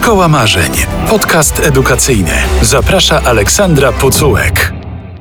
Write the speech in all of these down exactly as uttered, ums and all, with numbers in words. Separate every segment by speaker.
Speaker 1: Szkoła Marzeń. Podcast edukacyjny. Zaprasza Aleksandra Pucułek.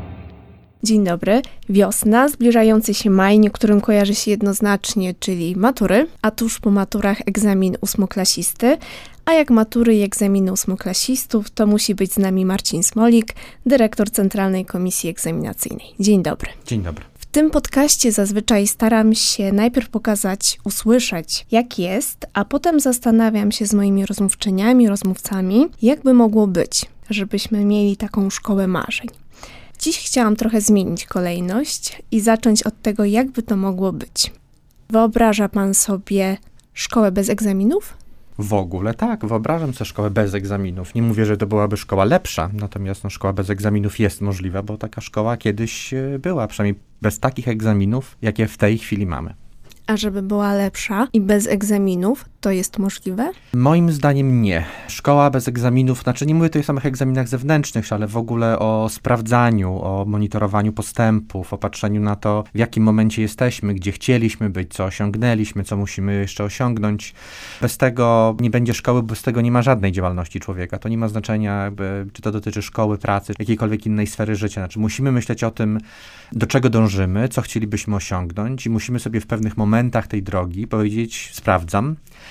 Speaker 2: Dzień dobry. Wiosna, zbliżający się maj, niektórym kojarzy się jednoznacznie, czyli matury, a tuż po maturach egzamin ósmoklasisty. A jak matury i egzaminy ósmoklasistów, to musi być z nami Marcin Smolik, dyrektor Centralnej Komisji Egzaminacyjnej. Dzień dobry.
Speaker 3: Dzień dobry.
Speaker 2: W tym podcaście zazwyczaj staram się najpierw pokazać, usłyszeć, jak jest, a potem zastanawiam się z moimi rozmówczyniami, rozmówcami, jak by mogło być, żebyśmy mieli taką szkołę marzeń. Dziś chciałam trochę zmienić kolejność i zacząć od tego, jak by to mogło być. Wyobraża pan sobie szkołę bez egzaminów?
Speaker 3: W ogóle tak, wyobrażam sobie szkołę bez egzaminów. Nie mówię, że to byłaby szkoła lepsza, natomiast no, szkoła bez egzaminów jest możliwa, bo taka szkoła kiedyś była, przynajmniej bez takich egzaminów, jakie w tej chwili mamy.
Speaker 2: A żeby była lepsza i bez egzaminów, to jest możliwe?
Speaker 3: Moim zdaniem nie. Szkoła bez egzaminów, znaczy nie mówię tutaj o samych egzaminach zewnętrznych, ale w ogóle o sprawdzaniu, o monitorowaniu postępów, o patrzeniu na to, w jakim momencie jesteśmy, gdzie chcieliśmy być, co osiągnęliśmy, co musimy jeszcze osiągnąć. Bez tego nie będzie szkoły, bez tego nie ma żadnej działalności człowieka. To nie ma znaczenia, jakby, czy to dotyczy szkoły, pracy, jakiejkolwiek innej sfery życia. Znaczy musimy myśleć o tym, do czego dążymy, co chcielibyśmy osiągnąć i musimy sobie w pewnych momentach tej drogi powiedzieć, sprawdzam.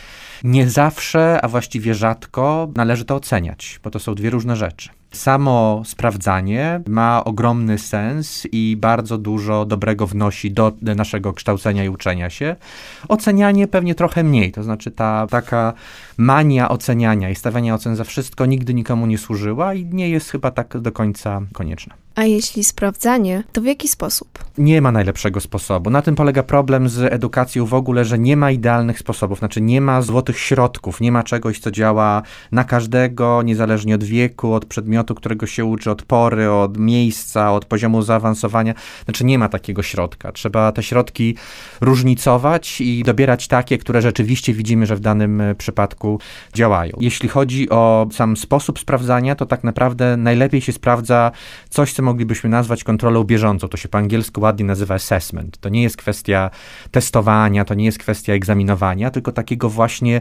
Speaker 3: Nie zawsze, a właściwie rzadko należy to oceniać, bo to są dwie różne rzeczy. Samo sprawdzanie ma ogromny sens i bardzo dużo dobrego wnosi do naszego kształcenia i uczenia się. Ocenianie pewnie trochę mniej, to znaczy ta taka mania oceniania i stawiania ocen za wszystko nigdy nikomu nie służyła i nie jest chyba tak do końca konieczna.
Speaker 2: A jeśli sprawdzanie, to w jaki sposób?
Speaker 3: Nie ma najlepszego sposobu. Na tym polega problem z edukacją w ogóle, że nie ma idealnych sposobów, znaczy nie ma złotych środków, nie ma czegoś, co działa na każdego, niezależnie od wieku, od przedmiotu, którego się uczy, od pory, od miejsca, od poziomu zaawansowania. Znaczy nie ma takiego środka. Trzeba te środki różnicować i dobierać takie, które rzeczywiście widzimy, że w danym przypadku działają. Jeśli chodzi o sam sposób sprawdzania, to tak naprawdę najlepiej się sprawdza coś, co moglibyśmy nazwać kontrolą bieżącą. To się po angielsku ładnie nazywa assessment. To nie jest kwestia testowania, to nie jest kwestia egzaminowania, tylko takiego właśnie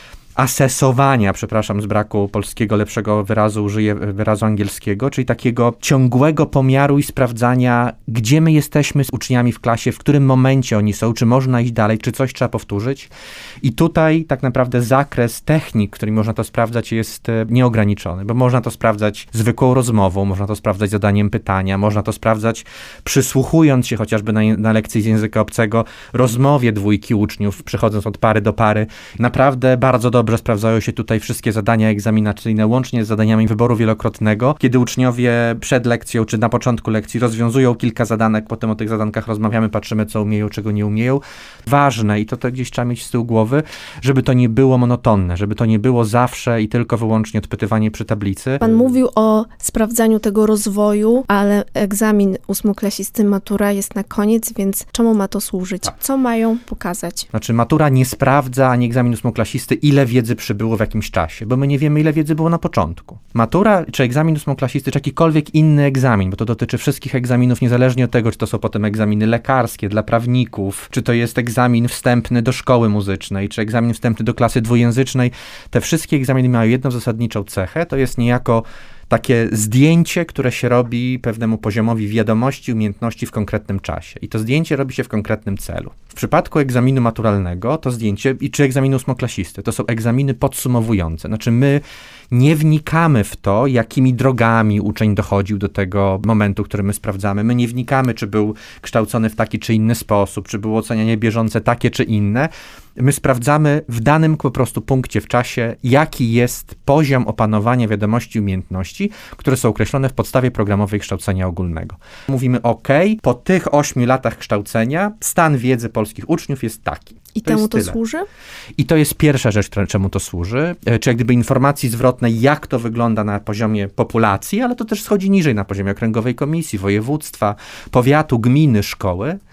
Speaker 3: asesowania, przepraszam, z braku polskiego lepszego wyrazu, użyję wyrazu angielskiego, czyli takiego ciągłego pomiaru i sprawdzania, gdzie my jesteśmy z uczniami w klasie, w którym momencie oni są, czy można iść dalej, czy coś trzeba powtórzyć. I tutaj tak naprawdę zakres technik, którymi można to sprawdzać, jest nieograniczony, bo można to sprawdzać zwykłą rozmową, można to sprawdzać zadaniem pytania, można to sprawdzać przysłuchując się chociażby na, na lekcji z języka obcego, rozmowie dwójki uczniów, przechodząc od pary do pary. Naprawdę bardzo dobrze Dobrze sprawdzają się tutaj wszystkie zadania egzaminacyjne, łącznie z zadaniami wyboru wielokrotnego, kiedy uczniowie przed lekcją, czy na początku lekcji rozwiązują kilka zadanek, potem o tych zadankach rozmawiamy, patrzymy, co umieją, czego nie umieją. Ważne, i to, to gdzieś trzeba mieć z tyłu głowy, żeby to nie było monotonne, żeby to nie było zawsze i tylko wyłącznie odpytywanie przy tablicy.
Speaker 2: Pan mówił o sprawdzaniu tego rozwoju, ale egzamin ósmoklasisty, matura jest na koniec, więc czemu ma to służyć?
Speaker 3: Tak.
Speaker 2: Co mają pokazać?
Speaker 3: Znaczy matura nie sprawdza, ani egzamin ósmoklasisty, ile wiedzy przybyło w jakimś czasie, bo my nie wiemy, ile wiedzy było na początku. Matura, czy egzamin ósmoklasisty, czy jakikolwiek inny egzamin, bo to dotyczy wszystkich egzaminów, niezależnie od tego, czy to są potem egzaminy lekarskie dla prawników, czy to jest egzamin wstępny do szkoły muzycznej, czy egzamin wstępny do klasy dwujęzycznej. Te wszystkie egzaminy mają jedną zasadniczą cechę, to jest niejako takie zdjęcie, które się robi pewnemu poziomowi wiadomości, umiejętności w konkretnym czasie. I to zdjęcie robi się w konkretnym celu. W przypadku egzaminu maturalnego to zdjęcie, i czy egzaminu ósmoklasisty, to są egzaminy podsumowujące. Znaczy my nie wnikamy w to, jakimi drogami uczeń dochodził do tego momentu, który my sprawdzamy. My nie wnikamy, czy był kształcony w taki czy inny sposób, czy było ocenianie bieżące takie czy inne. My sprawdzamy w danym po prostu punkcie w czasie, jaki jest poziom opanowania wiadomości i umiejętności, które są określone w podstawie programowej kształcenia ogólnego. Mówimy, ok, po tych ośmiu latach kształcenia stan wiedzy polskich uczniów jest taki.
Speaker 2: I
Speaker 3: to
Speaker 2: temu to
Speaker 3: tyle.
Speaker 2: służy?
Speaker 3: I to jest pierwsza rzecz, czemu to służy, czy jak gdyby informacji zwrotnej, jak to wygląda na poziomie populacji, ale to też schodzi niżej na poziomie okręgowej komisji, województwa, powiatu, gminy, szkoły.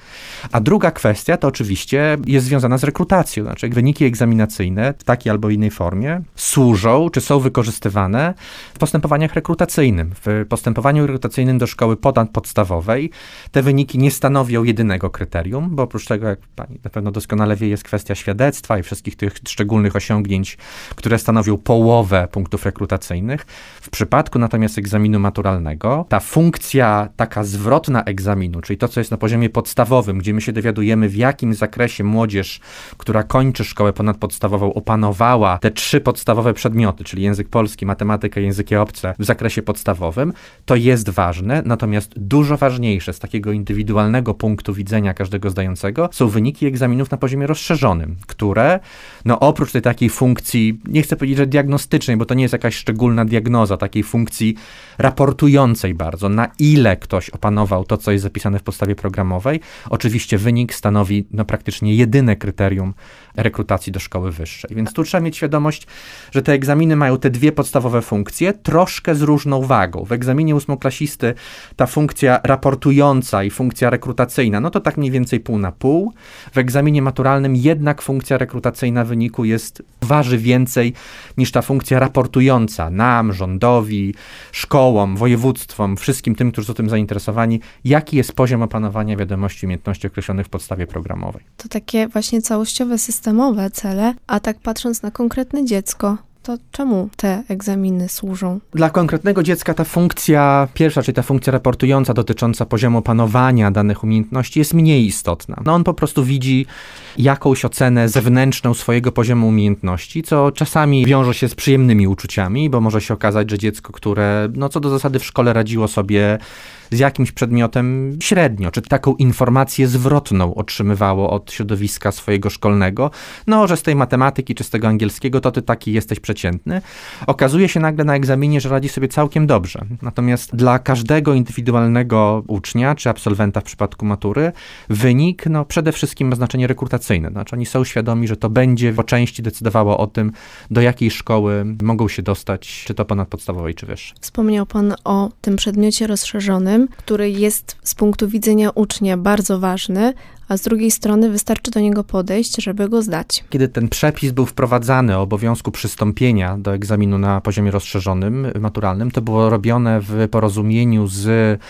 Speaker 3: A druga kwestia to oczywiście jest związana z rekrutacją. Znaczy wyniki egzaminacyjne w takiej albo innej formie służą, czy są wykorzystywane w postępowaniach rekrutacyjnym. W postępowaniu rekrutacyjnym do szkoły ponadpodstawowej te wyniki nie stanowią jedynego kryterium, bo oprócz tego, jak pani na pewno doskonale wie, jest kwestia świadectwa i wszystkich tych szczególnych osiągnięć, które stanowią połowę punktów rekrutacyjnych. W przypadku natomiast egzaminu maturalnego ta funkcja taka zwrotna egzaminu, czyli to, co jest na poziomie podstawowym, gdzie my się dowiadujemy, w jakim zakresie młodzież, która kończy szkołę ponadpodstawową, opanowała te trzy podstawowe przedmioty, czyli język polski, matematyka, języki obce w zakresie podstawowym, to jest ważne, natomiast dużo ważniejsze z takiego indywidualnego punktu widzenia każdego zdającego są wyniki egzaminów na poziomie rozszerzonym, które, no oprócz tej takiej funkcji, nie chcę powiedzieć, że diagnostycznej, bo to nie jest jakaś szczególna diagnoza, takiej funkcji raportującej bardzo, na ile ktoś opanował to, co jest zapisane w podstawie programowej. Oczywiście wynik stanowi no, praktycznie jedyne kryterium rekrutacji do szkoły wyższej. Więc tu trzeba mieć świadomość, że te egzaminy mają te dwie podstawowe funkcje, troszkę z różną wagą. W egzaminie ósmoklasisty ta funkcja raportująca i funkcja rekrutacyjna, no to tak mniej więcej pół na pół. W egzaminie maturalnym jednak funkcja rekrutacyjna wyniku jest, waży więcej niż ta funkcja raportująca nam, rządowi, szkołom, województwom, wszystkim tym, którzy są tym zainteresowani, jaki jest poziom opanowania wiadomości i umiejętności określonych w podstawie programowej.
Speaker 2: To takie właśnie całościowe, systemowe cele, a tak patrząc na konkretne dziecko, to czemu te egzaminy służą?
Speaker 3: Dla konkretnego dziecka ta funkcja pierwsza, czyli ta funkcja raportująca dotycząca poziomu opanowania danych umiejętności jest mniej istotna. No on po prostu widzi jakąś ocenę zewnętrzną swojego poziomu umiejętności, co czasami wiąże się z przyjemnymi uczuciami, bo może się okazać, że dziecko, które no co do zasady w szkole radziło sobie z jakimś przedmiotem średnio, czy taką informację zwrotną otrzymywało od środowiska swojego szkolnego, no, że z tej matematyki czy z tego angielskiego to ty taki jesteś przeciętny. Okazuje się nagle na egzaminie, że radzi sobie całkiem dobrze. Natomiast dla każdego indywidualnego ucznia, czy absolwenta w przypadku matury, wynik, no, przede wszystkim ma znaczenie rekrutacyjne. Znaczy oni są świadomi, że to będzie po części decydowało o tym, do jakiej szkoły mogą się dostać, czy to ponadpodstawowej, czy wyższej.
Speaker 2: Wspomniał pan o tym przedmiocie rozszerzonym, który jest z punktu widzenia ucznia bardzo ważny, a z drugiej strony wystarczy do niego podejść, żeby go zdać.
Speaker 3: Kiedy ten przepis był wprowadzany o obowiązku przystąpienia do egzaminu na poziomie rozszerzonym, maturalnym, to było robione w porozumieniu z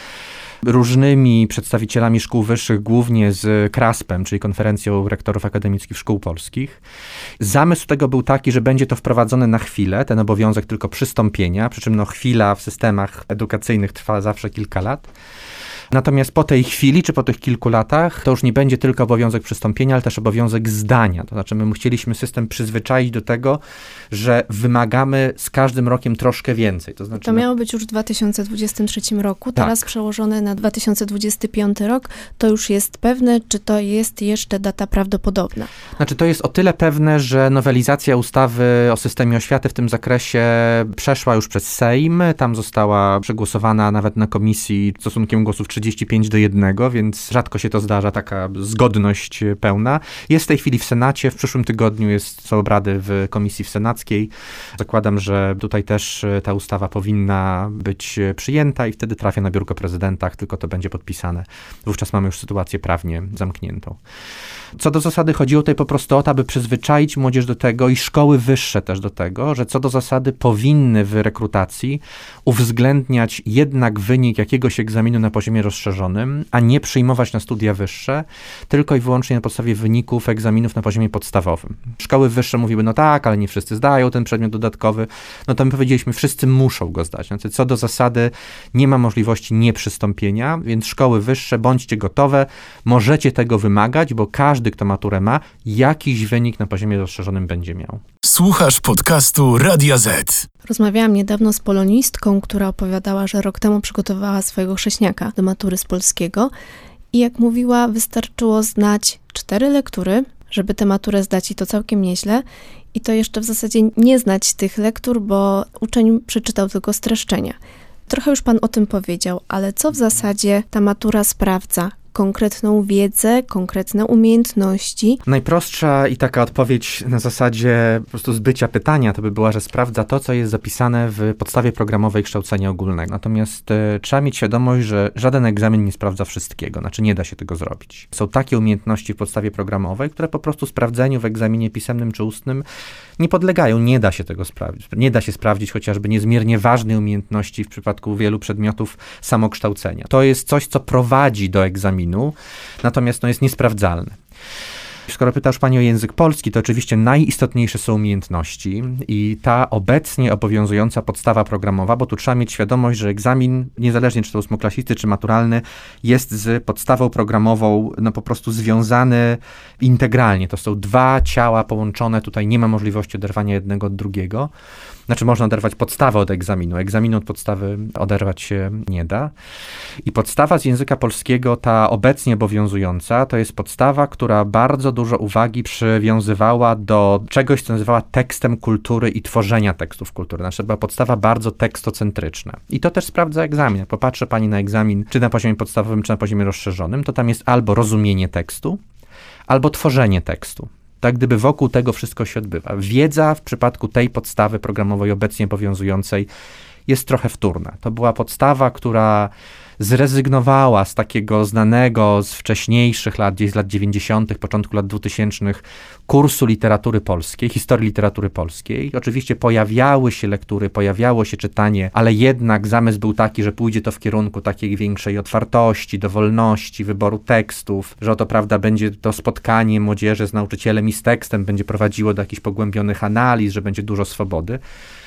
Speaker 3: różnymi przedstawicielami szkół wyższych, głównie z kraspem, czyli Konferencją Rektorów Akademickich Szkół Polskich. Zamysł tego był taki, że będzie to wprowadzone na chwilę, ten obowiązek tylko przystąpienia, przy czym no chwila w systemach edukacyjnych trwa zawsze kilka lat. Natomiast po tej chwili, czy po tych kilku latach, to już nie będzie tylko obowiązek przystąpienia, ale też obowiązek zdania. To znaczy my chcieliśmy system przyzwyczaić do tego, że wymagamy z każdym rokiem troszkę więcej. To znaczy,
Speaker 2: to miało być już w dwa tysiące dwudziestym trzecim roku, teraz tak. Przełożone na dwa tysiące dwudziesty piąty rok. To już jest pewne, czy to jest jeszcze data prawdopodobna?
Speaker 3: Znaczy to jest o tyle pewne, że nowelizacja ustawy o systemie oświaty w tym zakresie przeszła już przez Sejm. Tam została przegłosowana nawet na komisji stosunkiem głosów trzydzieści pięć do jednego, więc rzadko się to zdarza, taka zgodność pełna. Jest w tej chwili w Senacie, w przyszłym tygodniu jest, są obrady w komisji senackiej. Zakładam, że tutaj też ta ustawa powinna być przyjęta i wtedy trafia na biurko prezydenta, tylko to będzie podpisane. Wówczas mamy już sytuację prawnie zamkniętą. Co do zasady chodziło tutaj po prostu o to, aby przyzwyczaić młodzież do tego i szkoły wyższe też do tego, że co do zasady powinny w rekrutacji uwzględniać jednak wynik jakiegoś egzaminu na poziomie rozszerzonym, a nie przyjmować na studia wyższe, tylko i wyłącznie na podstawie wyników egzaminów na poziomie podstawowym. Szkoły wyższe mówiły, no tak, ale nie wszyscy zdają ten przedmiot dodatkowy. No to my powiedzieliśmy, wszyscy muszą go zdać. Znaczy, co do zasady nie ma możliwości nieprzystąpienia, więc szkoły wyższe, bądźcie gotowe, możecie tego wymagać, bo każdy, kto maturę ma, jakiś wynik na poziomie rozszerzonym będzie miał.
Speaker 1: Słuchasz podcastu Radia Z.
Speaker 2: Rozmawiałam niedawno z polonistką, która opowiadała, że rok temu przygotowała swojego chrześniaka do matury z polskiego i jak mówiła, wystarczyło znać cztery lektury, żeby tę maturę zdać i to całkiem nieźle. I to jeszcze w zasadzie nie znać tych lektur, bo uczeń przeczytał tylko streszczenia. Trochę już pan o tym powiedział, ale co w zasadzie ta matura sprawdza? konkretną wiedzę, konkretne umiejętności.
Speaker 3: Najprostsza i taka odpowiedź na zasadzie po prostu zbycia pytania to by była, że sprawdza to, co jest zapisane w podstawie programowej kształcenia ogólnego. Natomiast e, trzeba mieć świadomość, że żaden egzamin nie sprawdza wszystkiego, znaczy nie da się tego zrobić. Są takie umiejętności w podstawie programowej, które po prostu sprawdzeniu w egzaminie pisemnym czy ustnym nie podlegają, nie da się tego sprawdzić. Nie da się sprawdzić chociażby niezmiernie ważnej umiejętności w przypadku wielu przedmiotów samokształcenia. To jest coś, co prowadzi do egzaminu, natomiast no, jest niesprawdzalne. Skoro pytasz Pani o język polski, to oczywiście najistotniejsze są umiejętności i ta obecnie obowiązująca podstawa programowa, bo tu trzeba mieć świadomość, że egzamin, niezależnie czy to ósmoklasisty, czy maturalny, jest z podstawą programową no po prostu związany integralnie. To są dwa ciała połączone, tutaj nie ma możliwości oderwania jednego od drugiego. Znaczy można oderwać podstawę od egzaminu. Egzaminu od podstawy oderwać się nie da. I podstawa z języka polskiego, ta obecnie obowiązująca, to jest podstawa, która bardzo dużo uwagi przywiązywała do czegoś, co nazywała tekstem kultury i tworzenia tekstów kultury. Znaczy była podstawa bardzo tekstocentryczna. I to też sprawdza egzamin. Jak popatrzy Pani na egzamin, czy na poziomie podstawowym, czy na poziomie rozszerzonym, to tam jest albo rozumienie tekstu, albo tworzenie tekstu. Tak gdyby wokół tego wszystko się odbywa. Wiedza w przypadku tej podstawy programowej obecnie obowiązującej jest trochę wtórna. To była podstawa, która zrezygnowała z takiego znanego z wcześniejszych lat, gdzieś z lat dziewięćdziesiątych, początku lat dwutysięcznych, kursu literatury polskiej, historii literatury polskiej. Oczywiście pojawiały się lektury, pojawiało się czytanie, ale jednak zamysł był taki, że pójdzie to w kierunku takiej większej otwartości, dowolności, wyboru tekstów, że oto, prawda, będzie to spotkanie młodzieży z nauczycielem i z tekstem, będzie prowadziło do jakichś pogłębionych analiz, że będzie dużo swobody.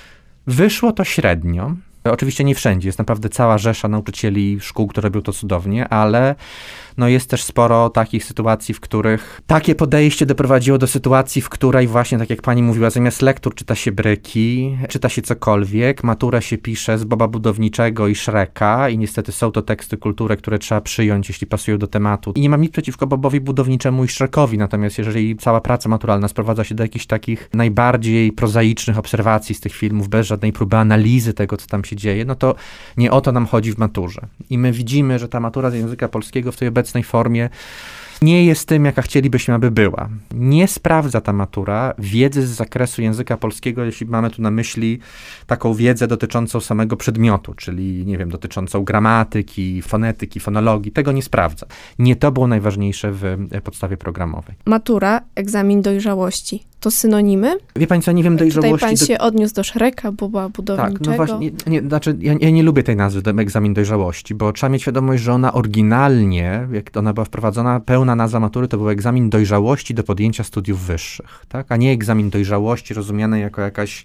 Speaker 3: Wyszło to średnio. Oczywiście nie wszędzie, jest naprawdę cała rzesza nauczycieli szkół, które robią to cudownie, ale no jest też sporo takich sytuacji, w których takie podejście doprowadziło do sytuacji, w której właśnie, tak jak Pani mówiła, zamiast lektur czyta się bryki, czyta się cokolwiek, maturę się pisze z Boba Budowniczego i Shreka i niestety są to teksty kultury, które trzeba przyjąć, jeśli pasują do tematu. I nie mam nic przeciwko Bobowi Budowniczemu i Shrekowi, natomiast jeżeli cała praca maturalna sprowadza się do jakichś takich najbardziej prozaicznych obserwacji z tych filmów, bez żadnej próby analizy tego, co tam się dzieje, no to nie o to nam chodzi w maturze. I my widzimy, że ta matura z języka polskiego w tej obecnej formie nie jest tym, jaka chcielibyśmy, aby była. Nie sprawdza ta matura wiedzy z zakresu języka polskiego, jeśli mamy tu na myśli taką wiedzę dotyczącą samego przedmiotu, czyli, nie wiem, dotyczącą gramatyki, fonetyki, fonologii. Tego nie sprawdza. Nie to było najważniejsze w podstawie programowej.
Speaker 2: Matura, egzamin dojrzałości. To synonimy?
Speaker 3: Wie Pani co, nie wiem, dojrzałości...
Speaker 2: Tutaj Pan
Speaker 3: do...
Speaker 2: się odniósł do Shreka, Boba Budowniczego.
Speaker 3: Tak, no właśnie, nie, nie, znaczy ja, ja nie lubię tej nazwy, egzamin dojrzałości, bo trzeba mieć świadomość, że ona oryginalnie, jak ona była wprowadzona, pełna nazwa matury, to był egzamin dojrzałości do podjęcia studiów wyższych, tak? A nie egzamin dojrzałości rozumiany jako jakaś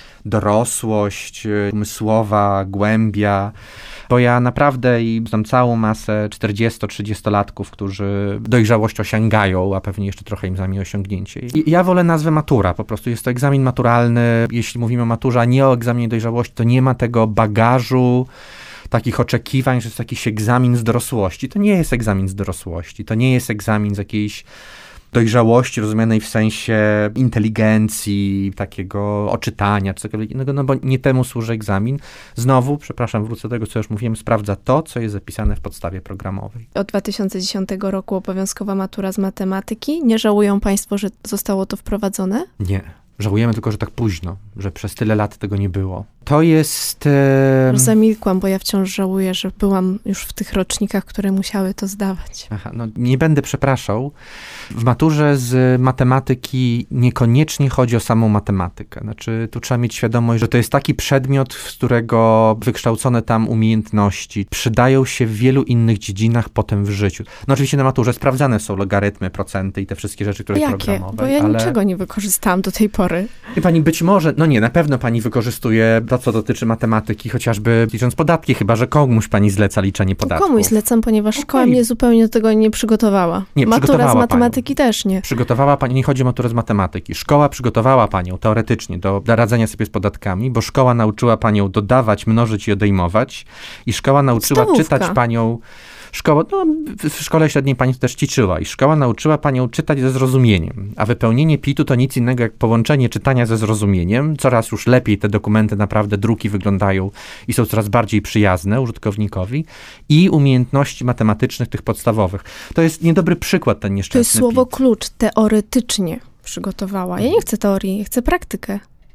Speaker 3: dorosłość umysłowa, głębia, bo ja naprawdę i znam całą masę czterdziesto-trzydziestolatków, którzy dojrzałość osiągają, a pewnie jeszcze trochę im zajmie osiągnięcie. I ja wolę nazwę matura, po prostu jest to egzamin maturalny. Jeśli mówimy o maturze, a nie o egzaminie dojrzałości, to nie ma tego bagażu takich oczekiwań, że jest jakiś egzamin z dorosłości. To nie jest egzamin z dorosłości, to nie jest egzamin z jakiejś dojrzałości rozumianej w sensie inteligencji, takiego oczytania czy cokolwiek innego, no bo nie temu służy egzamin. Znowu, przepraszam, wrócę do tego, co już mówiłem, sprawdza to, co jest zapisane w podstawie programowej.
Speaker 2: Od dwa tysiące dziesiątego roku obowiązkowa matura z matematyki. Nie żałują Państwo, że zostało to wprowadzone?
Speaker 3: Nie. Żałujemy tylko, że tak późno, że przez tyle lat tego nie było. To jest... E...
Speaker 2: Zamilkłam, bo ja wciąż żałuję, że byłam już w tych rocznikach, które musiały to zdawać.
Speaker 3: Aha, no nie będę przepraszał. W maturze z matematyki niekoniecznie chodzi o samą matematykę. Znaczy, tu trzeba mieć świadomość, że to jest taki przedmiot, z którego wykształcone tam umiejętności przydają się w wielu innych dziedzinach potem w życiu. No oczywiście na maturze sprawdzane są logarytmy, procenty i te wszystkie rzeczy, które są programowe.
Speaker 2: Bo ja
Speaker 3: ale...
Speaker 2: niczego nie wykorzystałam do tej pory.
Speaker 3: I pani być może, no nie, na pewno pani wykorzystuje to, co dotyczy matematyki, chociażby licząc podatki, chyba że komuś pani zleca liczenie podatków.
Speaker 2: Komuś zlecam, ponieważ
Speaker 3: okay.
Speaker 2: szkoła mnie zupełnie do tego nie przygotowała.
Speaker 3: Nie,
Speaker 2: Matura z matematyki
Speaker 3: panią.
Speaker 2: też nie.
Speaker 3: Przygotowała pani, nie chodzi o maturę z matematyki. Szkoła przygotowała panią teoretycznie do, do radzenia sobie z podatkami, bo szkoła nauczyła panią dodawać, mnożyć i odejmować i szkoła nauczyła
Speaker 2: Stałówka.
Speaker 3: czytać panią szkoła, no w szkole średniej pani to też ćwiczyła i szkoła nauczyła panią czytać ze zrozumieniem, a wypełnienie pitu to nic innego jak połączenie czytania ze zrozumieniem. Coraz już lepiej te dokumenty, naprawdę druki wyglądają i są coraz bardziej przyjazne użytkownikowi i umiejętności matematycznych tych podstawowych. To jest niedobry przykład ten nieszczęsny
Speaker 2: To jest słowo
Speaker 3: pit.
Speaker 2: klucz, teoretycznie przygotowała. Ja nie chcę teorii, ja chcę praktykę.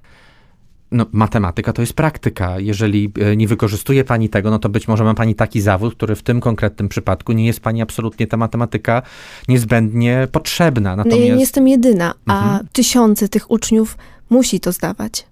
Speaker 3: No, matematyka to jest praktyka. Jeżeli e, nie wykorzystuje pani tego, no to być może ma pani taki zawód, który w tym konkretnym przypadku nie jest pani absolutnie ta matematyka niezbędnie potrzebna. Natomiast...
Speaker 2: Ja nie jestem jedyna, a
Speaker 3: Mhm.
Speaker 2: tysiące tych uczniów musi to zdawać.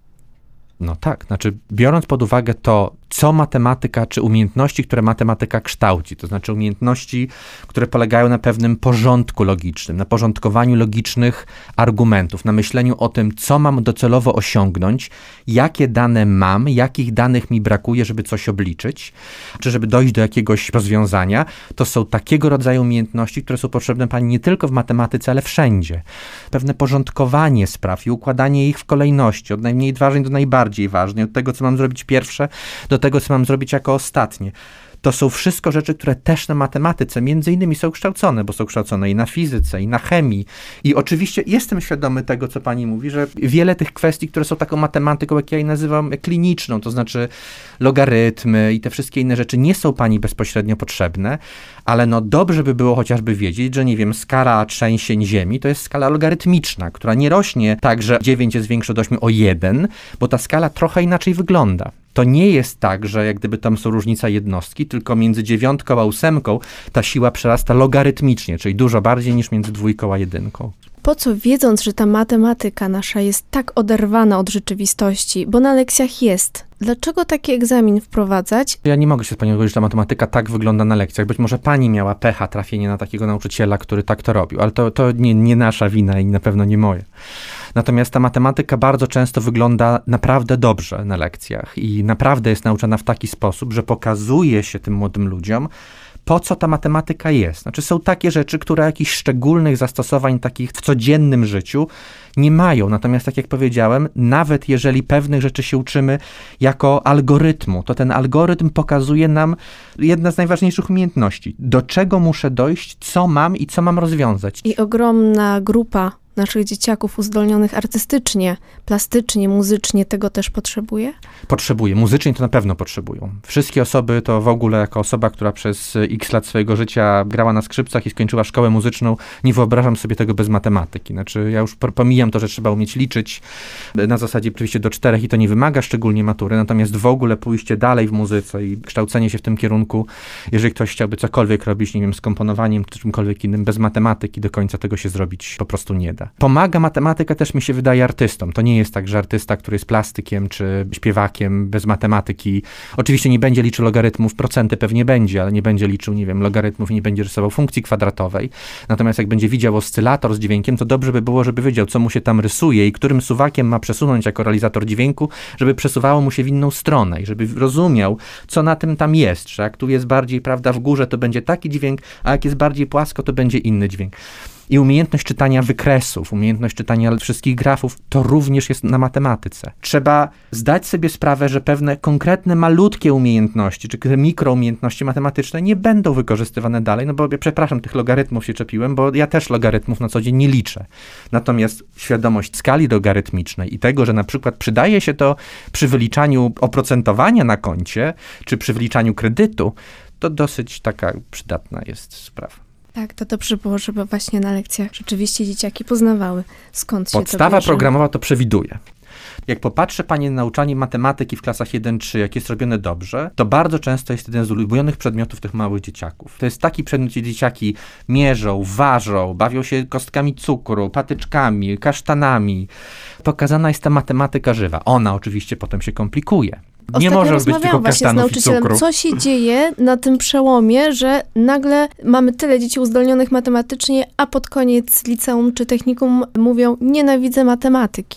Speaker 3: No tak, znaczy biorąc pod uwagę to, co matematyka, czy umiejętności, które matematyka kształci, to znaczy umiejętności, które polegają na pewnym porządku logicznym, na porządkowaniu logicznych argumentów, na myśleniu o tym, co mam docelowo osiągnąć, jakie dane mam, jakich danych mi brakuje, żeby coś obliczyć, czy żeby dojść do jakiegoś rozwiązania, to są takiego rodzaju umiejętności, które są potrzebne pani nie tylko w matematyce, ale wszędzie. Pewne porządkowanie spraw i układanie ich w kolejności, od najmniej ważnej do najbardziej ważnej, od tego, co mam zrobić pierwsze, do tego, co mam zrobić jako ostatnie. To są wszystko rzeczy, które też na matematyce między innymi są kształcone, bo są kształcone i na fizyce, i na chemii. I oczywiście jestem świadomy tego, co pani mówi, że wiele tych kwestii, które są taką matematyką, jak ja je nazywam, kliniczną, to znaczy logarytmy i te wszystkie inne rzeczy nie są pani bezpośrednio potrzebne, ale no dobrze by było chociażby wiedzieć, że nie wiem, skala trzęsień ziemi to jest skala logarytmiczna, która nie rośnie tak, że dziewięć jest większe od ośmiu o jeden, bo ta skala trochę inaczej wygląda. To nie jest tak, że jak gdyby tam są różnica jednostki, tylko między dziewiątką a ósemką ta siła przerasta logarytmicznie, czyli dużo bardziej niż między dwójką a jedynką.
Speaker 2: Po co, wiedząc, że ta matematyka nasza jest tak oderwana od rzeczywistości, bo na lekcjach jest, dlaczego taki egzamin wprowadzać?
Speaker 3: Ja nie mogę się z panią powiedzieć, że ta matematyka tak wygląda na lekcjach. Być może pani miała pecha, trafienie na takiego nauczyciela, który tak to robił, ale to, to nie, nie nasza wina i na pewno nie moja. Natomiast ta matematyka bardzo często wygląda naprawdę dobrze na lekcjach i naprawdę jest nauczana w taki sposób, że pokazuje się tym młodym ludziom, po co ta matematyka jest. Znaczy są takie rzeczy, które jakichś szczególnych zastosowań takich w codziennym życiu nie mają. Natomiast tak jak powiedziałem, nawet jeżeli pewnych rzeczy się uczymy jako algorytmu, to ten algorytm pokazuje nam jedna z najważniejszych umiejętności. Do czego muszę dojść, co mam i co mam rozwiązać.
Speaker 2: I ogromna grupa naszych dzieciaków uzdolnionych artystycznie, plastycznie, muzycznie tego też potrzebuje?
Speaker 3: Potrzebuje. Muzycznie to na pewno potrzebują. Wszystkie osoby to w ogóle jako osoba, która przez x lat swojego życia grała na skrzypcach i skończyła szkołę muzyczną, nie wyobrażam sobie tego bez matematyki. Znaczy ja już pomijam to, że trzeba umieć liczyć na zasadzie oczywiście do czterech i to nie wymaga szczególnie matury, natomiast w ogóle pójście dalej w muzyce i kształcenie się w tym kierunku, jeżeli ktoś chciałby cokolwiek robić, nie wiem, z komponowaniem czy czymkolwiek innym, bez matematyki do końca tego się zrobić po prostu nie da. Pomaga matematyka też, mi się wydaje, artystom. To nie jest tak, że artysta, który jest plastykiem czy śpiewakiem bez matematyki, oczywiście nie będzie liczył logarytmów, procenty pewnie będzie, ale nie będzie liczył, nie wiem, logarytmów i nie będzie rysował funkcji kwadratowej. Natomiast jak będzie widział oscylator z dźwiękiem, to dobrze by było, żeby wiedział, co mu się tam rysuje i którym suwakiem ma przesunąć jako realizator dźwięku, żeby przesuwało mu się w inną stronę i żeby rozumiał, co na tym tam jest, że jak tu jest bardziej, prawda, w górze, to będzie taki dźwięk, a jak jest bardziej płasko, to będzie inny dźwięk. I umiejętność czytania wykresów, umiejętność czytania wszystkich grafów, to również jest na matematyce. Trzeba zdać sobie sprawę, że pewne konkretne, malutkie umiejętności, czy mikroumiejętności matematyczne nie będą wykorzystywane dalej, no bo ja przepraszam, tych logarytmów się czepiłem, bo ja też logarytmów na co dzień nie liczę. Natomiast świadomość skali logarytmicznej i tego, że na przykład przydaje się to przy wyliczaniu oprocentowania na koncie, czy przy wyliczaniu kredytu, to dosyć taka przydatna jest sprawa.
Speaker 2: Tak, to dobrze było, żeby właśnie na lekcjach rzeczywiście dzieciaki poznawały, skąd się
Speaker 3: Podstawa
Speaker 2: to bierze.
Speaker 3: programowa to przewiduje. Jak popatrzy pani na nauczanie matematyki w klasach jeden trzy, jak jest robione dobrze, to bardzo często jest jeden z ulubionych przedmiotów tych małych dzieciaków. To jest taki przedmiot, gdzie dzieciaki mierzą, ważą, bawią się kostkami cukru, patyczkami, kasztanami. Pokazana jest ta matematyka żywa. Ona oczywiście potem się komplikuje. Nie
Speaker 2: Ostatnio
Speaker 3: może być tylko
Speaker 2: rozmawiałam właśnie z
Speaker 3: kasztanów i
Speaker 2: nauczycielem,
Speaker 3: cukru.
Speaker 2: co się dzieje na tym przełomie, że nagle mamy tyle dzieci uzdolnionych matematycznie, a pod koniec liceum czy technikum mówią, nienawidzę matematyki.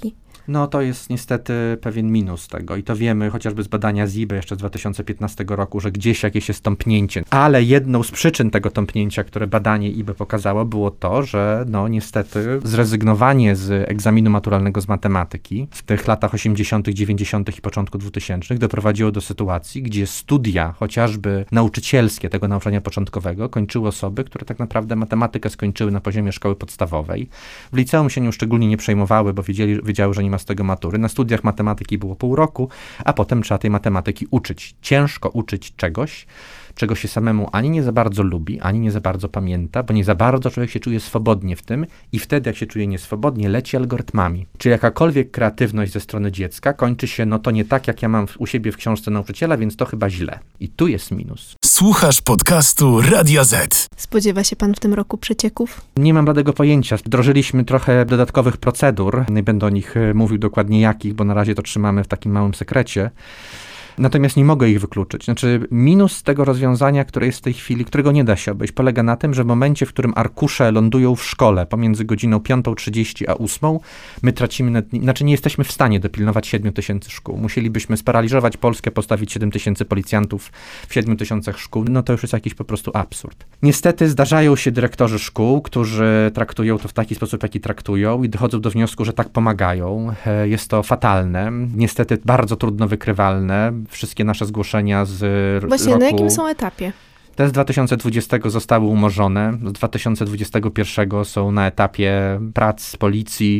Speaker 3: No to jest niestety pewien minus tego i to wiemy chociażby z badania Z I B jeszcze z dwa tysiące piętnastego roku, że gdzieś jakieś jest tąpnięcie. Ale jedną z przyczyn tego tąpnięcia, które badanie I B pokazało, było to, że no niestety zrezygnowanie z egzaminu maturalnego z matematyki w tych latach osiemdziesiątych, dziewięćdziesiątych i początku dwutysięcznych doprowadziło do sytuacji, gdzie studia, chociażby nauczycielskie tego nauczania początkowego, kończyły osoby, które tak naprawdę matematykę skończyły na poziomie szkoły podstawowej. W liceum się nią szczególnie nie przejmowały, bo wiedzieli, wiedziały, że nie ma z tego matury. Na studiach matematyki było pół roku, a potem trzeba tej matematyki uczyć. Ciężko uczyć czegoś, czego się samemu ani nie za bardzo lubi, ani nie za bardzo pamięta, bo nie za bardzo człowiek się czuje swobodnie w tym i wtedy, jak się czuje nieswobodnie, leci algorytmami. Czy jakakolwiek kreatywność ze strony dziecka kończy się, no to nie tak, jak ja mam u siebie w książce nauczyciela, więc to chyba źle. I tu jest minus.
Speaker 1: Słuchasz podcastu Radia Z.
Speaker 2: Spodziewa się pan w tym roku przecieków?
Speaker 3: Nie mam bladego pojęcia. Wdrożyliśmy trochę dodatkowych procedur. Nie będę o nich mówił dokładnie jakich, bo na razie to trzymamy w takim małym sekrecie. Natomiast nie mogę ich wykluczyć. Znaczy minus tego rozwiązania, które jest w tej chwili, którego nie da się obejść, polega na tym, że w momencie, w którym arkusze lądują w szkole pomiędzy godziną piątą trzydzieści a ósmą, my tracimy, znaczy nie jesteśmy w stanie dopilnować siedmiu tysięcy szkół. Musielibyśmy sparaliżować Polskę, postawić siedem tysięcy policjantów w siedmiu tysiącach szkół. No to już jest jakiś po prostu absurd. Niestety zdarzają się dyrektorzy szkół, którzy traktują to w taki sposób, jaki traktują i dochodzą do wniosku, że tak pomagają. Jest to fatalne. Niestety bardzo trudno wykrywalne. Wszystkie nasze zgłoszenia z
Speaker 2: Właśnie
Speaker 3: roku...
Speaker 2: na jakim są etapie?
Speaker 3: Te z dwa tysiące dwudziestego zostały umorzone, z dwa tysiące dwudziestego pierwszego są na etapie prac z policji.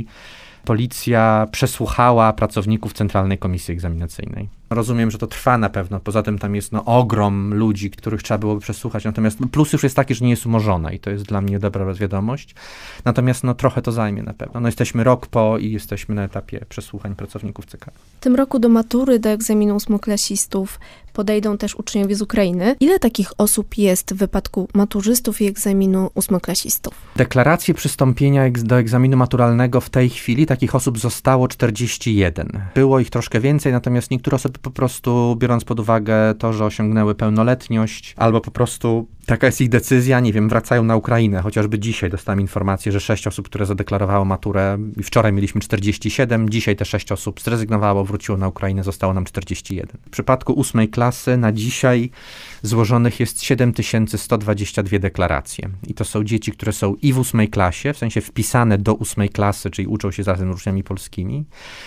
Speaker 3: Policja przesłuchała pracowników Centralnej Komisji Egzaminacyjnej. Rozumiem, że to trwa na pewno, poza tym tam jest no, ogrom ludzi, których trzeba byłoby przesłuchać, natomiast plus już jest taki, że nie jest umorzona i to jest dla mnie dobra wiadomość. Natomiast no, trochę to zajmie na pewno. No, jesteśmy rok po i jesteśmy na etapie przesłuchań pracowników C K.
Speaker 2: W tym roku do matury, do egzaminu ósmoklasistów podejdą też uczniowie z Ukrainy. Ile takich osób jest w wypadku maturzystów i egzaminu ósmoklasistów?
Speaker 3: Deklaracje przystąpienia do egzaminu maturalnego w tej chwili takich osób zostało czterdzieści jeden. Było ich troszkę więcej, natomiast niektóre osoby po prostu, biorąc pod uwagę to, że osiągnęły pełnoletność, albo po prostu taka jest ich decyzja, nie wiem, wracają na Ukrainę. Chociażby dzisiaj dostałem informację, że sześć osób, które zadeklarowało maturę, i wczoraj mieliśmy czterdzieści siedem, dzisiaj te sześć osób zrezygnowało, wróciło na Ukrainę, zostało nam czterdzieści jeden. W przypadku ósmej klasy na dzisiaj złożonych jest siedem tysięcy sto dwadzieścia dwie deklaracje. I to są dzieci, które są i w ósmej klasie, w sensie wpisane do ósmej klasy, czyli uczą się razem z uczniami polskimi,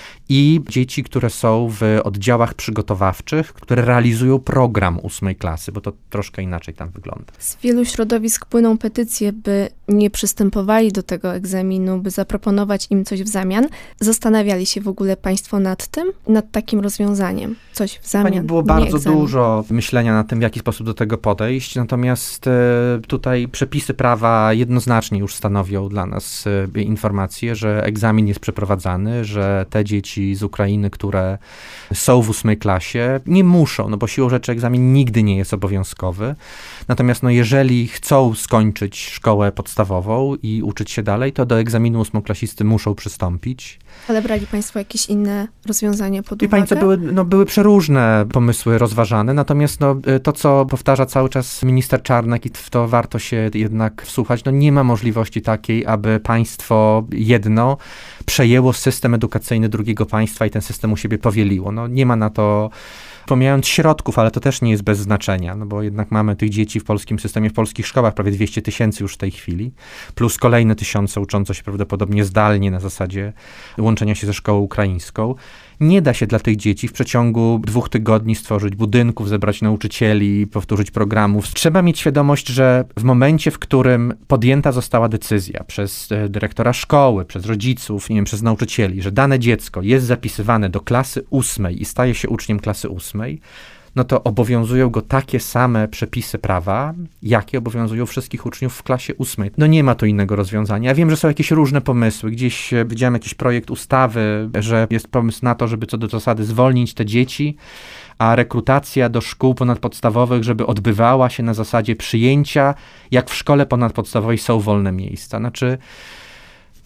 Speaker 3: i dzieci, które są w oddziałach przygotowawczych, które realizują program ósmej klasy, bo to troszkę inaczej tam wygląda.
Speaker 2: Z wielu środowisk płyną petycje, by nie przystępowali do tego egzaminu, by zaproponować im coś w zamian. Zastanawiali się w ogóle państwo nad tym, nad takim rozwiązaniem? Coś w zamian,
Speaker 3: Pani, było
Speaker 2: nie
Speaker 3: bardzo
Speaker 2: egzamin.
Speaker 3: dużo myślenia nad tym, w jaki sposób do tego podejść, natomiast e, tutaj przepisy prawa jednoznacznie już stanowią dla nas e, informację, że egzamin jest przeprowadzany, że te dzieci z Ukrainy, które są w ósmej klasie, nie muszą, no bo siłą rzeczy egzamin nigdy nie jest obowiązkowy. Natomiast no jeżeli chcą skończyć szkołę podstawową i uczyć się dalej, to do egzaminu ósmoklasisty muszą przystąpić.
Speaker 2: Ale brali państwo jakieś inne rozwiązania pod
Speaker 3: I
Speaker 2: uwagę?
Speaker 3: pani, co były, no, były przeróżne pomysły rozważane, natomiast no, to, co powtarza cały czas minister Czarnek i w to warto się jednak wsłuchać, no nie ma możliwości takiej, aby państwo jedno przejęło system edukacyjny drugiego państwa i ten system u siebie powieliło. No nie ma na to, pomijając środków, ale to też nie jest bez znaczenia, no bo jednak mamy tych dzieci w polskim systemie, w polskich szkołach prawie dwieście tysięcy już w tej chwili, plus kolejne tysiące uczące się prawdopodobnie zdalnie na zasadzie łączenia się ze szkołą ukraińską. Nie da się dla tych dzieci w przeciągu dwóch tygodni stworzyć budynków, zebrać nauczycieli, powtórzyć programów. Trzeba mieć świadomość, że w momencie, w którym podjęta została decyzja przez dyrektora szkoły, przez rodziców, nie wiem, przez nauczycieli, że dane dziecko jest zapisywane do klasy ósmej i staje się uczniem klasy ósmej, no to obowiązują go takie same przepisy prawa, jakie obowiązują wszystkich uczniów w klasie ósmej. No nie ma tu innego rozwiązania. Ja wiem, że są jakieś różne pomysły. Gdzieś widziałem jakiś projekt ustawy, że jest pomysł na to, żeby co do zasady zwolnić te dzieci, a rekrutacja do szkół ponadpodstawowych, żeby odbywała się na zasadzie przyjęcia, jak w szkole ponadpodstawowej są wolne miejsca. Znaczy,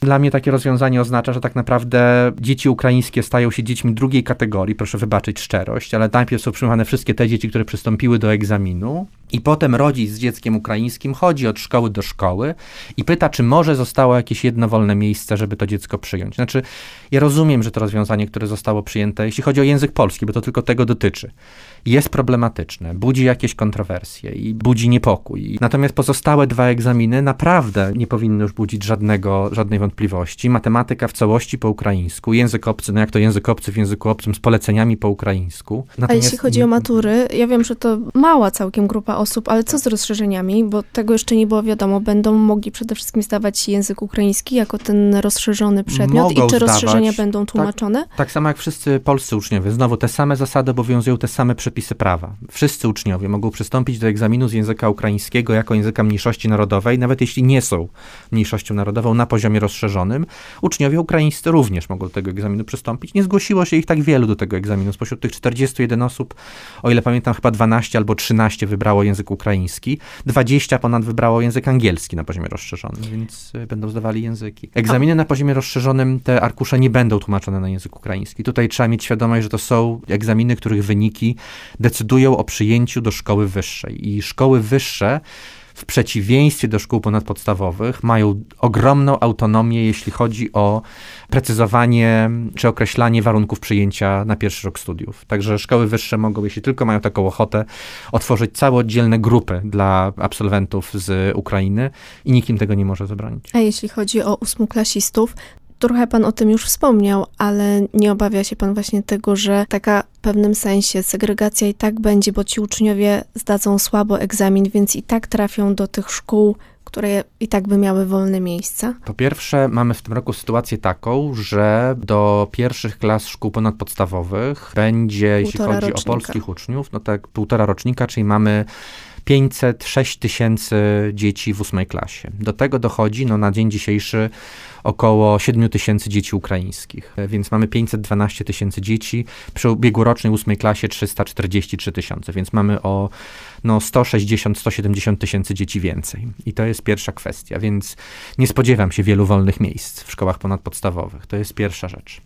Speaker 3: Dla mnie takie rozwiązanie oznacza, że tak naprawdę dzieci ukraińskie stają się dziećmi drugiej kategorii, proszę wybaczyć szczerość, ale najpierw są przyjmowane wszystkie te dzieci, które przystąpiły do egzaminu i potem rodzic z dzieckiem ukraińskim chodzi od szkoły do szkoły i pyta, czy może zostało jakieś jedno wolne miejsce, żeby to dziecko przyjąć. Znaczy, ja rozumiem, że to rozwiązanie, które zostało przyjęte, jeśli chodzi o język polski, bo to tylko tego dotyczy, jest problematyczne, budzi jakieś kontrowersje i budzi niepokój. Natomiast pozostałe dwa egzaminy naprawdę nie powinny już budzić żadnego, żadnej wątpliwości. Matematyka w całości po ukraińsku, język obcy, no jak to język obcy w języku obcym z poleceniami po ukraińsku. Natomiast...
Speaker 2: A jeśli chodzi o matury, ja wiem, że to mała całkiem grupa osób, ale co z rozszerzeniami, bo tego jeszcze nie było wiadomo, będą mogli przede wszystkim zdawać język ukraiński jako ten rozszerzony przedmiot
Speaker 3: Mogą
Speaker 2: i czy
Speaker 3: zdawać.
Speaker 2: rozszerzenia będą tłumaczone?
Speaker 3: Tak, tak samo jak wszyscy polscy uczniowie. Znowu te same zasady obowiązują, te same przepisy prawa. Wszyscy uczniowie mogą przystąpić do egzaminu z języka ukraińskiego jako języka mniejszości narodowej, nawet jeśli nie są mniejszością narodową na poziomie rozszerzonym. Uczniowie ukraińscy również mogą do tego egzaminu przystąpić. Nie zgłosiło się ich tak wielu do tego egzaminu. Spośród tych czterdziestu jeden osób, o ile pamiętam, chyba dwanaście albo trzynaście wybrało język ukraiński, dwadzieścia ponad wybrało język angielski na poziomie rozszerzonym, więc będą zdawali języki. Egzaminy na poziomie rozszerzonym, te arkusze nie będą tłumaczone na język ukraiński. Tutaj trzeba mieć świadomość, że to są egzaminy, których wyniki decydują o przyjęciu do szkoły wyższej. I szkoły wyższe w przeciwieństwie do szkół ponadpodstawowych mają ogromną autonomię, jeśli chodzi o precyzowanie czy określanie warunków przyjęcia na pierwszy rok studiów. Także szkoły wyższe mogą, jeśli tylko mają taką ochotę, otworzyć całe oddzielne grupy dla absolwentów z Ukrainy i nikt im tego nie może zabronić.
Speaker 2: A jeśli chodzi o ósmoklasistów, trochę pan o tym już wspomniał, ale nie obawia się pan właśnie tego, że taka w pewnym sensie segregacja i tak będzie, bo ci uczniowie zdadzą słabo egzamin, więc i tak trafią do tych szkół, które i tak by miały wolne miejsca?
Speaker 3: Po pierwsze, mamy w tym roku sytuację taką, że do pierwszych klas szkół ponadpodstawowych będzie, jeśli
Speaker 2: Półtora
Speaker 3: chodzi
Speaker 2: rocznika.
Speaker 3: o polskich uczniów, no tak półtora rocznika, czyli mamy pięćset sześć tysięcy dzieci w ósmej klasie. Do tego dochodzi no, na dzień dzisiejszy około siedem tysięcy dzieci ukraińskich, więc mamy pięćset dwanaście tysięcy dzieci, przy ubiegłorocznej ósmej klasie trzysta czterdzieści trzy tysiące, więc mamy o no, sto sześćdziesiąt do stu siedemdziesięciu tysięcy dzieci więcej. I to jest pierwsza kwestia, więc nie spodziewam się wielu wolnych miejsc w szkołach ponadpodstawowych. To jest pierwsza rzecz.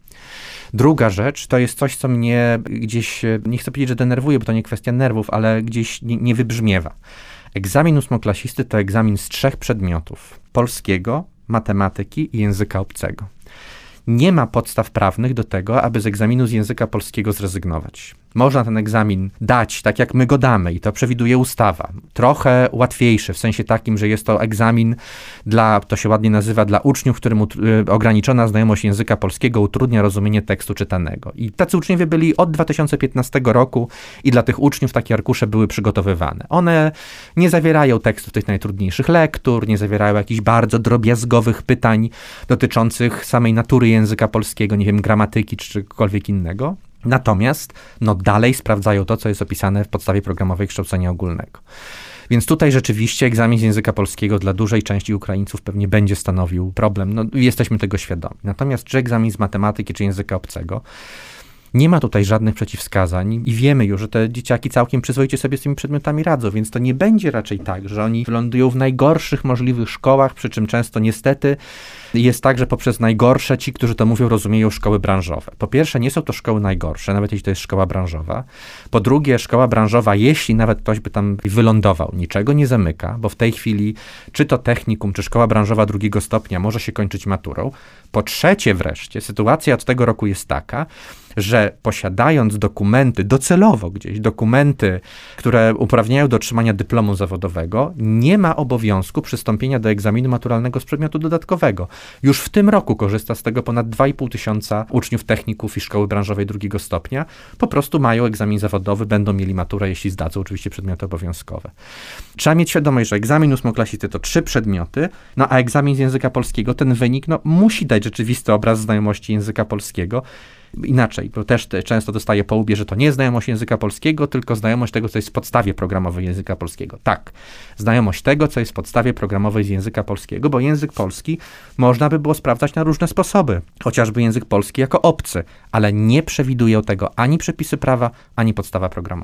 Speaker 3: Druga rzecz to jest coś, co mnie gdzieś, nie chcę powiedzieć, że denerwuje, bo to nie kwestia nerwów, ale gdzieś nie, nie wybrzmiewa. Egzamin ósmoklasisty to egzamin z trzech przedmiotów: polskiego, matematyki i języka obcego. Nie ma podstaw prawnych do tego, aby z egzaminu z języka polskiego zrezygnować. Można ten egzamin dać tak, jak my go damy i to przewiduje ustawa. Trochę łatwiejszy, w sensie takim, że jest to egzamin dla, to się ładnie nazywa, dla uczniów, którym ut- ograniczona znajomość języka polskiego utrudnia rozumienie tekstu czytanego. I tacy uczniowie byli od dwa tysiące piętnastego roku i dla tych uczniów takie arkusze były przygotowywane. One nie zawierają tekstów tych najtrudniejszych lektur, nie zawierają jakichś bardzo drobiazgowych pytań dotyczących samej natury języka polskiego, nie wiem, gramatyki czy czegokolwiek innego. Natomiast no dalej sprawdzają to, co jest opisane w podstawie programowej kształcenia ogólnego. Więc tutaj rzeczywiście egzamin z języka polskiego dla dużej części Ukraińców pewnie będzie stanowił problem. No, jesteśmy tego świadomi. Natomiast czy egzamin z matematyki, czy języka obcego, nie ma tutaj żadnych przeciwwskazań i wiemy już, że te dzieciaki całkiem przyzwoicie sobie z tymi przedmiotami radzą, więc to nie będzie raczej tak, że oni wylądują w najgorszych możliwych szkołach, przy czym często niestety jest tak, że poprzez najgorsze ci, którzy to mówią, rozumieją szkoły branżowe. Po pierwsze, nie są to szkoły najgorsze, nawet jeśli to jest szkoła branżowa. Po drugie, szkoła branżowa, jeśli nawet ktoś by tam wylądował, niczego nie zamyka, bo w tej chwili czy to technikum, czy szkoła branżowa drugiego stopnia może się kończyć maturą. Po trzecie wreszcie, sytuacja od tego roku jest taka, że posiadając dokumenty, docelowo gdzieś, dokumenty, które uprawniają do otrzymania dyplomu zawodowego, nie ma obowiązku przystąpienia do egzaminu maturalnego z przedmiotu dodatkowego. Już w tym roku korzysta z tego ponad dwa i pół tysiąca uczniów techników i szkoły branżowej drugiego stopnia. Po prostu mają egzamin zawodowy, będą mieli maturę, jeśli zdadzą oczywiście przedmioty obowiązkowe. Trzeba mieć świadomość, że egzamin ósmoklasisty to trzy przedmioty, no a egzamin z języka polskiego, ten wynik no, musi dać rzeczywisty obraz znajomości języka polskiego. Inaczej, bo też te, często dostaję po łbie, że to nie znajomość języka polskiego, tylko znajomość tego, co jest w podstawie programowej języka polskiego. Tak, znajomość tego, co jest w podstawie programowej z języka polskiego, bo język polski można by było sprawdzać na różne sposoby, chociażby język polski jako obcy, ale nie przewidują tego ani przepisy prawa, ani podstawa programowa.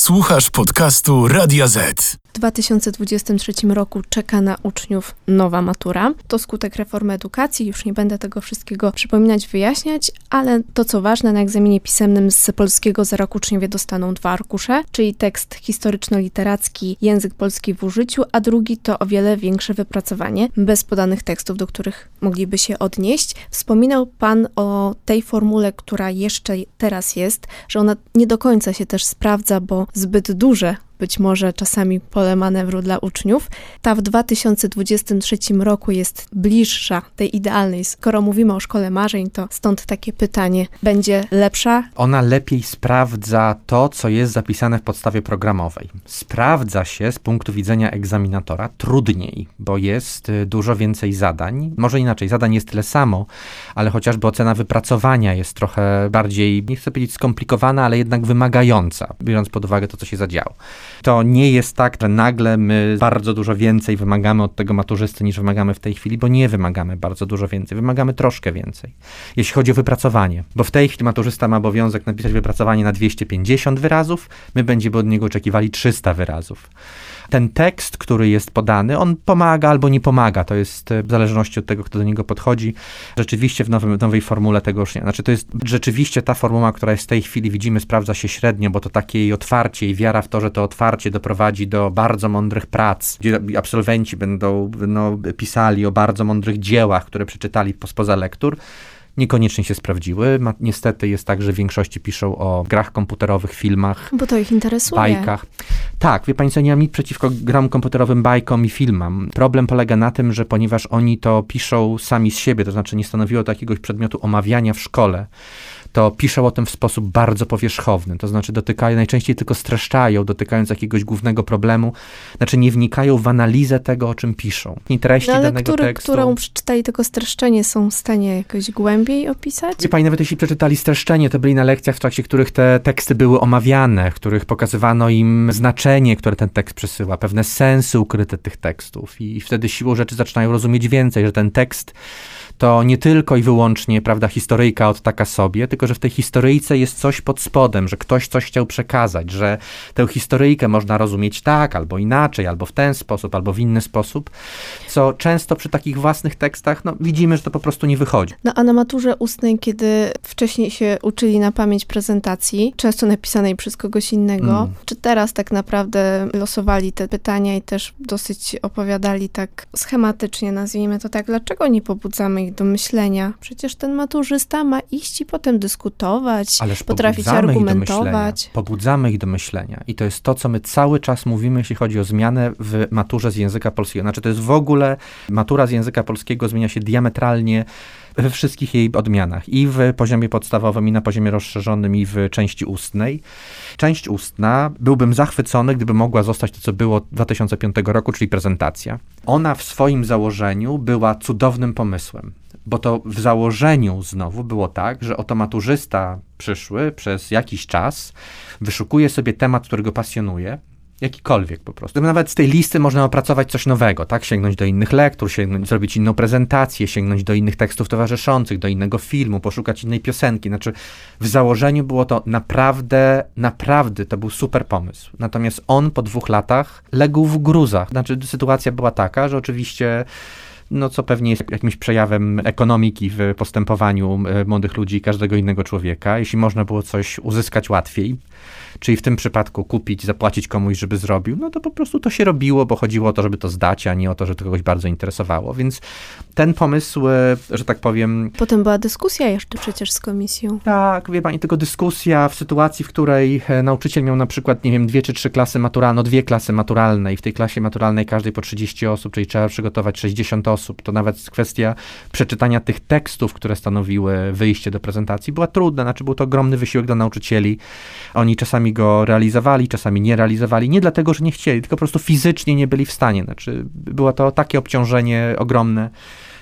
Speaker 1: Słuchasz podcastu Radia Z.
Speaker 2: W dwa tysiące dwudziestym trzecim roku czeka na uczniów nowa matura. To skutek reformy edukacji, już nie będę tego wszystkiego przypominać, wyjaśniać, ale to co ważne, na egzaminie pisemnym z polskiego za rok uczniowie dostaną dwa arkusze, czyli tekst historyczno-literacki, język polski w użyciu, a drugi to o wiele większe wypracowanie, bez podanych tekstów, do których mogliby się odnieść. Wspominał Pan o tej formule, która jeszcze teraz jest, że ona nie do końca się też sprawdza, bo zbyt duże być może czasami pole manewru dla uczniów. Ta w dwa tysiące dwudziestym trzecim roku jest bliższa tej idealnej. Skoro mówimy o szkole marzeń, to stąd takie pytanie. Będzie lepsza?
Speaker 3: Ona lepiej sprawdza to, co jest zapisane w podstawie programowej. Sprawdza się z punktu widzenia egzaminatora trudniej, bo jest dużo więcej zadań. Może inaczej, zadań jest tyle samo, ale chociażby ocena wypracowania jest trochę bardziej, nie chcę powiedzieć skomplikowana, ale jednak wymagająca, biorąc pod uwagę to, co się zadziało. To nie jest tak, że nagle my bardzo dużo więcej wymagamy od tego maturzysty niż wymagamy w tej chwili, bo nie wymagamy bardzo dużo więcej, wymagamy troszkę więcej. Jeśli chodzi o wypracowanie, bo w tej chwili maturzysta ma obowiązek napisać wypracowanie na dwieście pięćdziesiąt wyrazów, my będziemy od niego oczekiwali trzysta wyrazów. Ten tekst, który jest podany, on pomaga albo nie pomaga, to jest w zależności od tego, kto do niego podchodzi. Rzeczywiście w nowym, nowej formule tego już nie. Znaczy to jest rzeczywiście ta formuła, która jest w tej chwili, widzimy, sprawdza się średnio, bo to takie jej otwarcie i wiara w to, że to otwarcie doprowadzi do bardzo mądrych prac, gdzie absolwenci będą no, pisali o bardzo mądrych dziełach, które przeczytali spoza lektur, niekoniecznie się sprawdziły. Ma, niestety jest tak, że w większości piszą o grach komputerowych, filmach,
Speaker 2: Bo to ich interesuje.
Speaker 3: bajkach. Tak, wie pani co, nie mam nic przeciwko gram komputerowym, bajkom i filmom. Problem polega na tym, że ponieważ oni to piszą sami z siebie, to znaczy nie stanowiło to jakiegoś przedmiotu omawiania w szkole, to piszą o tym w sposób bardzo powierzchowny, to znaczy dotykają, najczęściej tylko streszczają, dotykając jakiegoś głównego problemu, znaczy nie wnikają w analizę tego, o czym piszą. I treści
Speaker 2: no, ale
Speaker 3: danego
Speaker 2: który,
Speaker 3: tekstu.
Speaker 2: którą przeczytali tylko streszczenie, są w stanie jakoś głębiej opisać?
Speaker 3: Wie pani, nawet jeśli przeczytali streszczenie, to byli na lekcjach, w trakcie których te teksty były omawiane, w których pokazywano im znaczenie, które ten tekst przesyła, pewne sensy ukryte tych tekstów i wtedy siłą rzeczy zaczynają rozumieć więcej, że ten tekst to nie tylko i wyłącznie, prawda, historyjka od taka sobie, tylko że w tej historyjce jest coś pod spodem, że ktoś coś chciał przekazać, że tę historyjkę można rozumieć tak, albo inaczej, albo w ten sposób, albo w inny sposób, co często przy takich własnych tekstach, no widzimy, że to po prostu nie wychodzi.
Speaker 2: No a na maturze ustnej, kiedy wcześniej się uczyli na pamięć prezentacji, często napisanej przez kogoś innego, mm. czy teraz tak naprawdę losowali te pytania i też dosyć opowiadali tak schematycznie, nazwijmy to tak, dlaczego nie pobudzamy ich do myślenia? Przecież ten maturzysta ma iść i potem dyskutować,
Speaker 3: Ależ
Speaker 2: potrafić
Speaker 3: pobudzamy
Speaker 2: argumentować.
Speaker 3: Ich do pobudzamy ich do myślenia. I to jest to, co my cały czas mówimy, jeśli chodzi o zmianę w maturze z języka polskiego. Znaczy to jest w ogóle, matura z języka polskiego zmienia się diametralnie we wszystkich jej odmianach. I w poziomie podstawowym, i na poziomie rozszerzonym, i w części ustnej. Część ustna, byłbym zachwycony, gdyby mogła zostać to, co było dwa tysiące piątego roku, czyli prezentacja. Ona w swoim założeniu była cudownym pomysłem. Bo to w założeniu znowu było tak, że oto maturzysta przyszły przez jakiś czas, wyszukuje sobie temat, który go pasjonuje, jakikolwiek po prostu. Nawet z tej listy można opracować coś nowego, tak? Sięgnąć do innych lektur, sięgnąć, zrobić inną prezentację, sięgnąć do innych tekstów towarzyszących, do innego filmu, poszukać innej piosenki. Znaczy w założeniu było to naprawdę, naprawdę to był super pomysł. Natomiast on po dwóch latach legł w gruzach. Znaczy sytuacja była taka, że oczywiście no co pewnie jest jakimś przejawem ekonomiki w postępowaniu młodych ludzi i każdego innego człowieka. Jeśli można było coś uzyskać łatwiej, czyli w tym przypadku kupić, zapłacić komuś, żeby zrobił, no to po prostu to się robiło, bo chodziło o to, żeby to zdać, a nie o to, że to kogoś bardzo interesowało. Więc ten pomysł, że tak powiem...
Speaker 2: Potem była dyskusja jeszcze przecież z komisją.
Speaker 3: Tak, wie pani, tylko dyskusja w sytuacji, w której nauczyciel miał na przykład, nie wiem, dwie czy trzy klasy maturalne, no dwie klasy maturalne i w tej klasie maturalnej każdej po trzydzieści osób, czyli trzeba przygotować sześćdziesiąt osób. To nawet kwestia przeczytania tych tekstów, które stanowiły wyjście do prezentacji, była trudna, znaczy był to ogromny wysiłek dla nauczycieli. Oni czasami go realizowali, czasami nie realizowali, nie dlatego, że nie chcieli, tylko po prostu fizycznie nie byli w stanie. Znaczy było to takie obciążenie ogromne,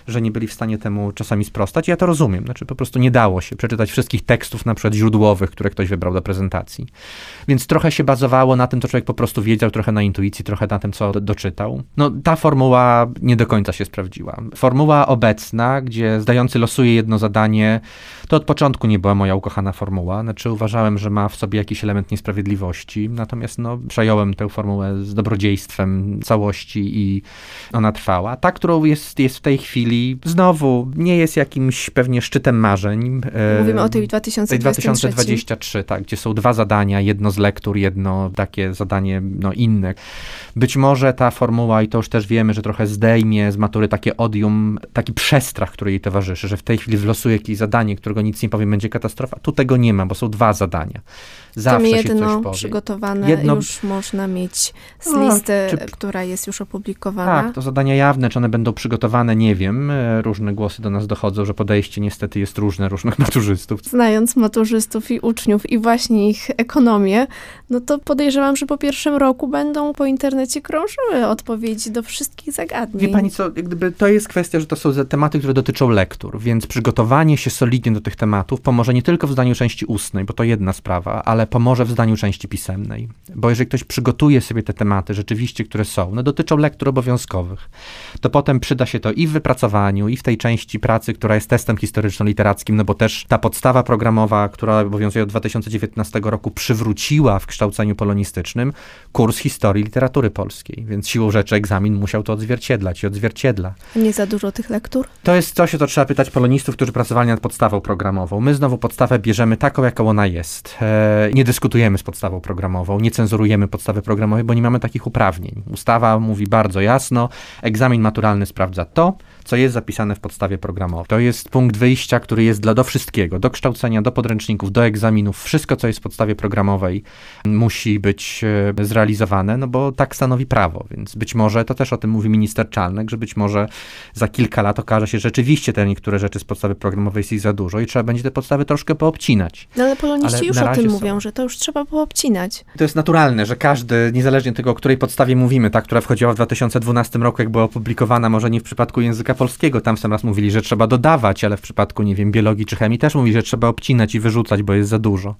Speaker 3: że nie byli w stanie temu czasami sprostać. Ja to rozumiem, znaczy po prostu nie dało się przeczytać wszystkich tekstów, na przykład źródłowych, które ktoś wybrał do prezentacji. Więc trochę się bazowało na tym, co człowiek po prostu wiedział, trochę na intuicji, trochę na tym, co do, doczytał. No ta formuła nie do końca się sprawdziła. Formuła obecna, gdzie zdający losuje jedno zadanie, to od początku nie była moja ukochana formuła. Znaczy uważałem, że ma w sobie jakiś element niesprawiedliwości, natomiast no, przejąłem tę formułę z dobrodziejstwem całości i ona trwała. Ta, którą jest, jest w tej chwili, znowu nie jest jakimś pewnie szczytem marzeń.
Speaker 2: Mówimy o tej dwa tysiące dwudziestym trzecim.
Speaker 3: dwa tysiące dwudziestym trzecim, tak, gdzie są dwa zadania, jedno z lektur, jedno takie zadanie no, inne. Być może ta formuła, i to już też wiemy, że trochę zdejmie z matury takie odium, taki przestrach, który jej towarzyszy, że w tej chwili wylosuje jakieś zadanie, którego nic nie powiem, będzie katastrofa. Tu tego nie ma, bo są dwa zadania. Zawsze
Speaker 2: Tam
Speaker 3: się
Speaker 2: jedno
Speaker 3: coś powie.
Speaker 2: przygotowane
Speaker 3: jedno...
Speaker 2: już można mieć z
Speaker 3: No,
Speaker 2: listy,
Speaker 3: czy...
Speaker 2: która jest już opublikowana.
Speaker 3: Tak, to zadania jawne, czy one będą przygotowane, nie wiem. Różne głosy do nas dochodzą, że podejście niestety jest różne różnych maturzystów.
Speaker 2: Znając maturzystów i uczniów i właśnie ich ekonomię, no to podejrzewam, że po pierwszym roku będą po internecie krążyły odpowiedzi do wszystkich zagadnień.
Speaker 3: Wie pani co, jak gdyby to jest kwestia, że to są tematy, które dotyczą lektur, więc przygotowanie się solidnie do tych tematów pomoże nie tylko w zdaniu części ustnej, bo to jedna sprawa, ale pomoże w zdaniu części pisemnej. Bo jeżeli ktoś przygotuje sobie te tematy rzeczywiście, które są, no dotyczą lektur obowiązkowych, to potem przyda się to i w wypracowaniu, i w tej części pracy, która jest testem historyczno-literackim, no bo też ta podstawa programowa, która obowiązuje od dwa tysiące dziewiętnastego roku, przywróciła w kształceniu polonistycznym kurs historii literatury polskiej, więc siłą rzeczy egzamin musiał to odzwierciedlać i odzwierciedla.
Speaker 2: Nie za dużo tych lektur?
Speaker 3: To jest coś, o to trzeba pytać polonistów, którzy pracowali nad podstawą programową. My znowu podstawę bierzemy taką, jaką ona jest. E, nie dyskutujemy z podstawą programową, nie cenzurujemy podstawy programowej, bo nie mamy takich uprawnień. Ustawa mówi bardzo jasno, egzamin maturalny sprawdza to, co jest zapisane w podstawie programowej. To jest punkt wyjścia, który jest dla do wszystkiego, do kształcenia, do podręczników, do egzaminów. Wszystko, co jest w podstawie programowej, musi być e, zrealizowane, no bo tak stanowi prawo, więc być może, to też o tym mówi minister Czarnek, że być może za kilka lat okaże się, że rzeczywiście te niektóre rzeczy z podstawy programowej jest ich za dużo i trzeba będzie te podstawy troszkę poobcinać.
Speaker 2: No ale poloniści
Speaker 3: ale
Speaker 2: już
Speaker 3: na
Speaker 2: o tym
Speaker 3: razie
Speaker 2: mówią,
Speaker 3: są.
Speaker 2: że to już trzeba poobcinać.
Speaker 3: To jest naturalne, że każdy, niezależnie od tego, o której podstawie mówimy, ta, która wchodziła w dwa tysiące dwunastym roku, jak była opublikowana, może nie w przypadku języka polskiego, tam sam raz mówili, że trzeba dodawać, ale w przypadku, nie wiem, biologii czy chemii też mówili, że trzeba obcinać i wyrzucać, bo jest za dużo.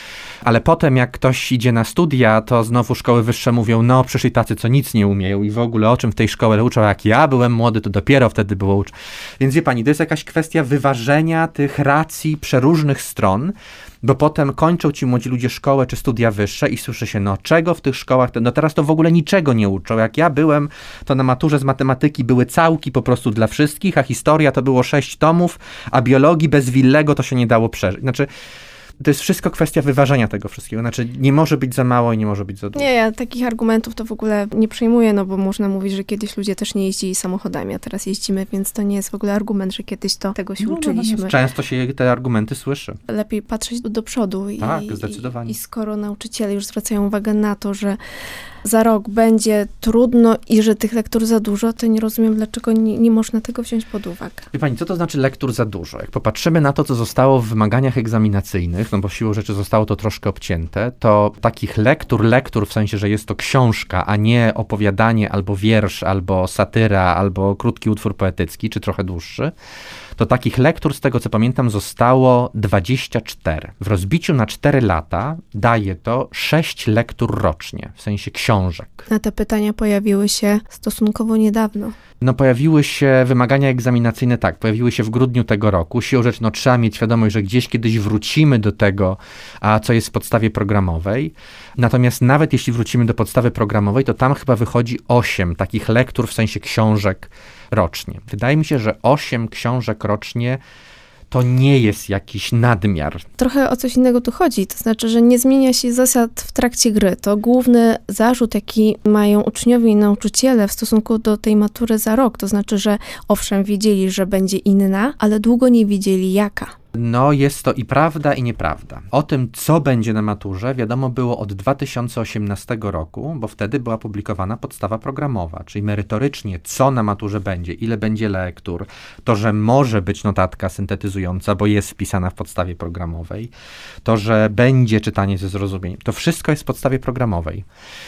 Speaker 3: Ale potem, jak ktoś idzie na studia, to znowu szkoły wyższe mówią, no przyszli tacy, co nic nie umieją i w ogóle o czym w tej szkole uczą, jak ja byłem młody, to dopiero wtedy było ucz. Więc wie pani, to jest jakaś kwestia wyważenia tych racji przeróżnych stron, bo potem kończą ci młodzi ludzie szkołę czy studia wyższe i słyszy się, no czego w tych szkołach, no teraz to w ogóle niczego nie uczą. Jak ja byłem, to na maturze z matematyki były całki po prostu dla wszystkich, a historia to było sześć tomów, a biologii bez Willego to się nie dało przeżyć. Znaczy, to jest wszystko kwestia wyważenia tego wszystkiego. Znaczy, nie może być za mało i nie może być za dużo.
Speaker 2: Nie, ja takich argumentów to w ogóle nie przyjmuję, no bo można mówić, że kiedyś ludzie też nie jeździli samochodami, a teraz jeździmy, więc to nie jest w ogóle argument, że kiedyś to tego się
Speaker 3: no,
Speaker 2: uczyliśmy.
Speaker 3: No, często się te argumenty słyszy.
Speaker 2: Lepiej patrzeć do, do przodu.
Speaker 3: Tak,
Speaker 2: i,
Speaker 3: zdecydowanie.
Speaker 2: I, I skoro nauczyciele już zwracają uwagę na to, że za rok będzie trudno i że tych lektur za dużo, to nie rozumiem, dlaczego nie, nie można tego wziąć pod uwagę.
Speaker 3: Wie pani, co to znaczy lektur za dużo? Jak popatrzymy na to, co zostało w wymaganiach egzaminacyjnych, no bo siłą rzeczy zostało to troszkę obcięte, to takich lektur, lektur w sensie, że jest to książka, a nie opowiadanie, albo wiersz, albo satyra, albo krótki utwór poetycki, czy trochę dłuższy, to takich lektur, z tego co pamiętam, zostało dwadzieścia cztery. W rozbiciu na cztery lata daje to sześć lektur rocznie, w sensie książek.
Speaker 2: A te pytania pojawiły się stosunkowo niedawno.
Speaker 3: No pojawiły się wymagania egzaminacyjne, tak, pojawiły się w grudniu tego roku. Siłą rzeczy, no trzeba mieć świadomość, że gdzieś kiedyś wrócimy do tego, a co jest w podstawie programowej. Natomiast nawet jeśli wrócimy do podstawy programowej, to tam chyba wychodzi osiem takich lektur, w sensie książek rocznie. Wydaje mi się, że osiem książek rocznie to nie jest jakiś nadmiar.
Speaker 2: Trochę o coś innego tu chodzi, to znaczy, że nie zmienia się zasad w trakcie gry. To główny zarzut, jaki mają uczniowie i nauczyciele w stosunku do tej matury za rok. To znaczy, że owszem, wiedzieli, że będzie inna, ale długo nie wiedzieli jaka.
Speaker 3: No jest to i prawda, i nieprawda. O tym, co będzie na maturze, wiadomo było od dwa tysiące osiemnastego roku, bo wtedy była publikowana podstawa programowa, czyli merytorycznie, co na maturze będzie, ile będzie lektur, to, że może być notatka syntetyzująca, bo jest wpisana w podstawie programowej, to, że będzie czytanie ze zrozumieniem. To wszystko jest w podstawie programowej.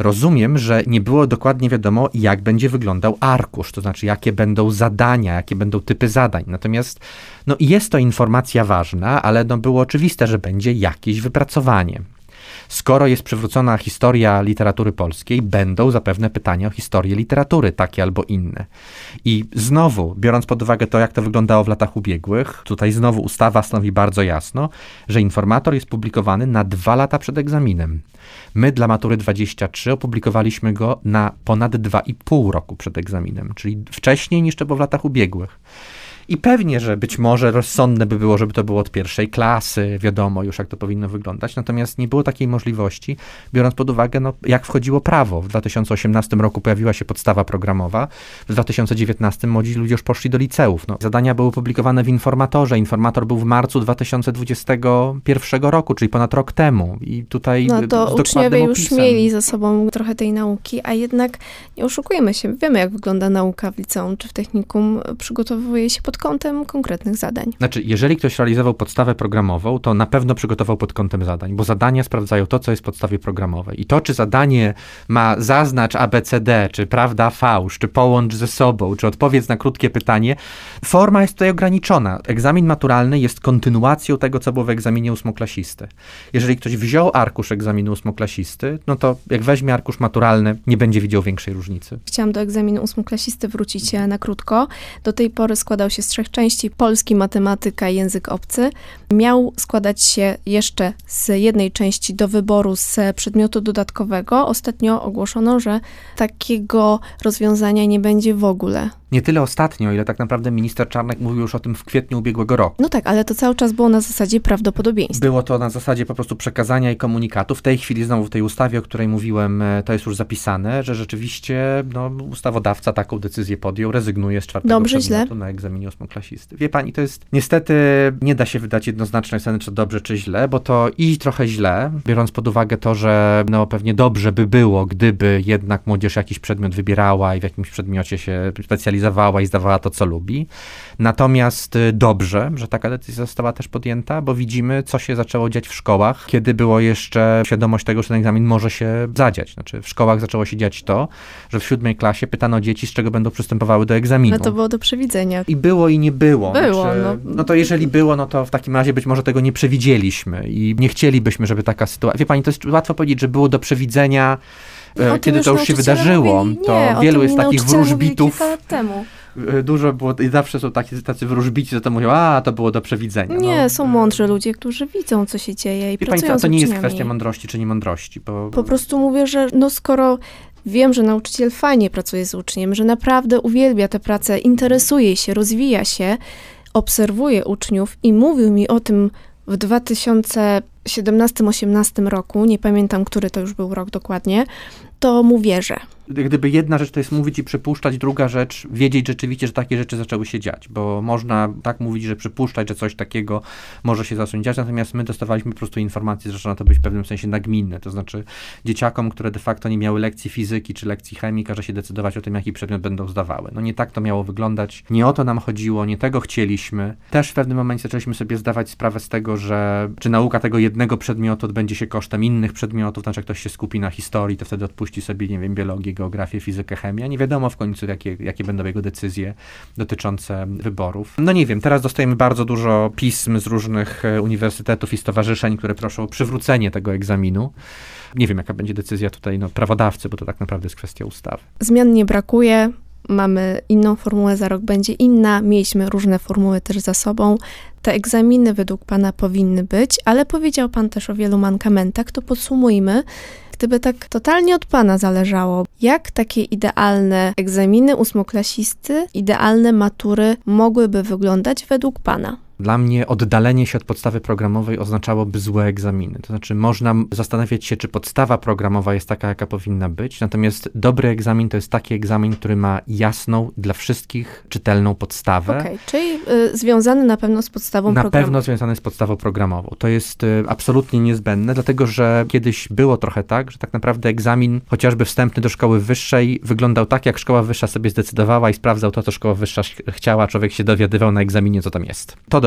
Speaker 3: Rozumiem, że nie było dokładnie wiadomo, jak będzie wyglądał arkusz, to znaczy jakie będą zadania, jakie będą typy zadań. Natomiast no, jest to informacja ważna, ale no, było oczywiste, że będzie jakieś wypracowanie. Skoro jest przywrócona historia literatury polskiej, będą zapewne pytania o historię literatury, takie albo inne. I znowu, biorąc pod uwagę to, jak to wyglądało w latach ubiegłych, tutaj znowu ustawa stanowi bardzo jasno, że informator jest publikowany na dwa lata przed egzaminem. My dla matury dwadzieścia trzy opublikowaliśmy go na ponad dwa i pół roku przed egzaminem, czyli wcześniej niż to było w latach ubiegłych. I pewnie, że być może rozsądne by było, żeby to było od pierwszej klasy, wiadomo już, jak to powinno wyglądać, natomiast nie było takiej możliwości, biorąc pod uwagę, no, jak wchodziło prawo. W dwa tysiące osiemnastym roku pojawiła się podstawa programowa, w dwa tysiące dziewiętnastym młodzi ludzie już poszli do liceów. No, zadania były publikowane w Informatorze. Informator był w marcu dwa tysiące dwudziestego pierwszego roku, czyli ponad rok temu. I tutaj
Speaker 2: no to
Speaker 3: z
Speaker 2: uczniowie już
Speaker 3: opisem.
Speaker 2: mieli za sobą trochę tej nauki, a jednak nie oszukujmy się, wiemy, jak wygląda nauka w liceum czy w technikum, przygotowuje się pod kątem konkretnych zadań.
Speaker 3: Znaczy, jeżeli ktoś realizował podstawę programową, to na pewno przygotował pod kątem zadań, bo zadania sprawdzają to, co jest w podstawie programowej. I to, czy zadanie ma zaznacz A B C D, czy prawda, fałsz, czy połącz ze sobą, czy odpowiedz na krótkie pytanie, forma jest tutaj ograniczona. Egzamin maturalny jest kontynuacją tego, co było w egzaminie ósmoklasisty. Jeżeli ktoś wziął arkusz egzaminu ósmoklasisty, no to jak weźmie arkusz maturalny, nie będzie widział większej różnicy.
Speaker 2: Chciałam do egzaminu ósmoklasisty wrócić na krótko. Do tej pory składał się z trzech części: polski, matematyka, język obcy. Miał składać się jeszcze z jednej części do wyboru z przedmiotu dodatkowego. Ostatnio ogłoszono, że takiego rozwiązania nie będzie w ogóle.
Speaker 3: Nie tyle ostatnio, ile tak naprawdę minister Czarnek mówił już o tym w kwietniu ubiegłego roku.
Speaker 2: No tak, ale to cały czas było na zasadzie prawdopodobieństwa.
Speaker 3: Było to na zasadzie po prostu przekazania i komunikatu. W tej chwili znowu w tej ustawie, o której mówiłem, to jest już zapisane, że rzeczywiście no, ustawodawca taką decyzję podjął, rezygnuje z czwartego
Speaker 2: dobrze,
Speaker 3: przedmiotu
Speaker 2: źle?
Speaker 3: na egzaminie ósmoklasisty. Wie pani, to jest niestety, nie da się wydać jednoznacznej oceny, czy dobrze, czy źle, bo to i trochę źle, biorąc pod uwagę to, że no, pewnie dobrze by było, gdyby jednak młodzież jakiś przedmiot wybierała i w jakimś przedmiocie się specjalizowała i zdawała to, co lubi. Natomiast dobrze, że taka decyzja została też podjęta, bo widzimy, co się zaczęło dziać w szkołach, kiedy było jeszcze świadomość tego, że ten egzamin może się zadziać. Znaczy w szkołach zaczęło się dziać to, że w siódmej klasie pytano dzieci, z czego będą przystępowały do egzaminu.
Speaker 2: No to było do przewidzenia.
Speaker 3: I było i nie było.
Speaker 2: Było,
Speaker 3: znaczy,
Speaker 2: no.
Speaker 3: no to jeżeli było, no to w takim razie być może tego nie przewidzieliśmy i nie chcielibyśmy, żeby taka sytuacja... Wie pani, to jest łatwo powiedzieć, że było do przewidzenia,
Speaker 2: No,
Speaker 3: kiedy to już się wydarzyło.
Speaker 2: Mówili,
Speaker 3: to
Speaker 2: nie,
Speaker 3: wielu jest takich wróżbitów.
Speaker 2: Kilka lat temu.
Speaker 3: Dużo było, i zawsze są tacy, tacy wróżbici, co to mówią, a to było do przewidzenia.
Speaker 2: Nie,
Speaker 3: no.
Speaker 2: są mądrzy ludzie, którzy widzą, co się dzieje i
Speaker 3: Wie
Speaker 2: pracują
Speaker 3: pani,
Speaker 2: z
Speaker 3: to nie jest
Speaker 2: uczniami.
Speaker 3: kwestia mądrości czy niemądrości. Bo...
Speaker 2: Po prostu mówię, że no skoro wiem, że nauczyciel fajnie pracuje z uczniem, że naprawdę uwielbia tę pracę, interesuje się, rozwija się, obserwuje uczniów i mówił mi o tym w dwa tysiące siedemnastym osiemnastym roku, nie pamiętam, który to już był rok dokładnie, to mu wierzę.
Speaker 3: Gdyby jedna rzecz to jest mówić i przypuszczać, druga rzecz wiedzieć rzeczywiście, że takie rzeczy zaczęły się dziać, bo można tak mówić, że przypuszczać, że coś takiego może się zacząć dziać, natomiast my dostawaliśmy po prostu informację, że zaczyna to być w pewnym sensie nagminne, to znaczy dzieciakom, które de facto nie miały lekcji fizyki czy lekcji chemii, każe się decydować o tym, jaki przedmiot będą zdawały. No nie tak to miało wyglądać, nie o to nam chodziło, nie tego chcieliśmy. Też w pewnym momencie zaczęliśmy sobie zdawać sprawę z tego, że czy nauka tego jednego przedmiotu odbędzie się kosztem innych przedmiotów, znaczy jak ktoś się skupi na historii, to wtedy odpuści sobie, nie wiem, biologię, geografię, fizykę, chemię. Nie wiadomo w końcu, jakie, jakie będą jego decyzje dotyczące wyborów. No nie wiem, teraz dostajemy bardzo dużo pism z różnych uniwersytetów i stowarzyszeń, które proszą o przywrócenie tego egzaminu. Nie wiem, jaka będzie decyzja tutaj no, prawodawcy, bo to tak naprawdę jest kwestia ustawy.
Speaker 2: Zmian nie brakuje. Mamy inną formułę, za rok będzie inna. Mieliśmy różne formuły też za sobą. Te egzaminy według pana powinny być, ale powiedział pan też o wielu mankamentach, to podsumujmy. Gdyby tak totalnie od pana zależało, jak takie idealne egzaminy ósmoklasisty, idealne matury mogłyby wyglądać według pana?
Speaker 3: Dla mnie oddalenie się od podstawy programowej oznaczałoby złe egzaminy. To znaczy można zastanawiać się, czy podstawa programowa jest taka, jaka powinna być, natomiast dobry egzamin to jest taki egzamin, który ma jasną, dla wszystkich czytelną podstawę.
Speaker 2: Okej, okay, czyli y, związany na pewno z podstawą
Speaker 3: Na
Speaker 2: programową.
Speaker 3: pewno związany z podstawą programową. To jest y, absolutnie niezbędne, dlatego że kiedyś było trochę tak, że tak naprawdę egzamin, chociażby wstępny do szkoły wyższej, wyglądał tak, jak szkoła wyższa sobie zdecydowała i sprawdzał to, co szkoła wyższa chciała, człowiek się dowiadywał na egzaminie, co tam jest. To dopiero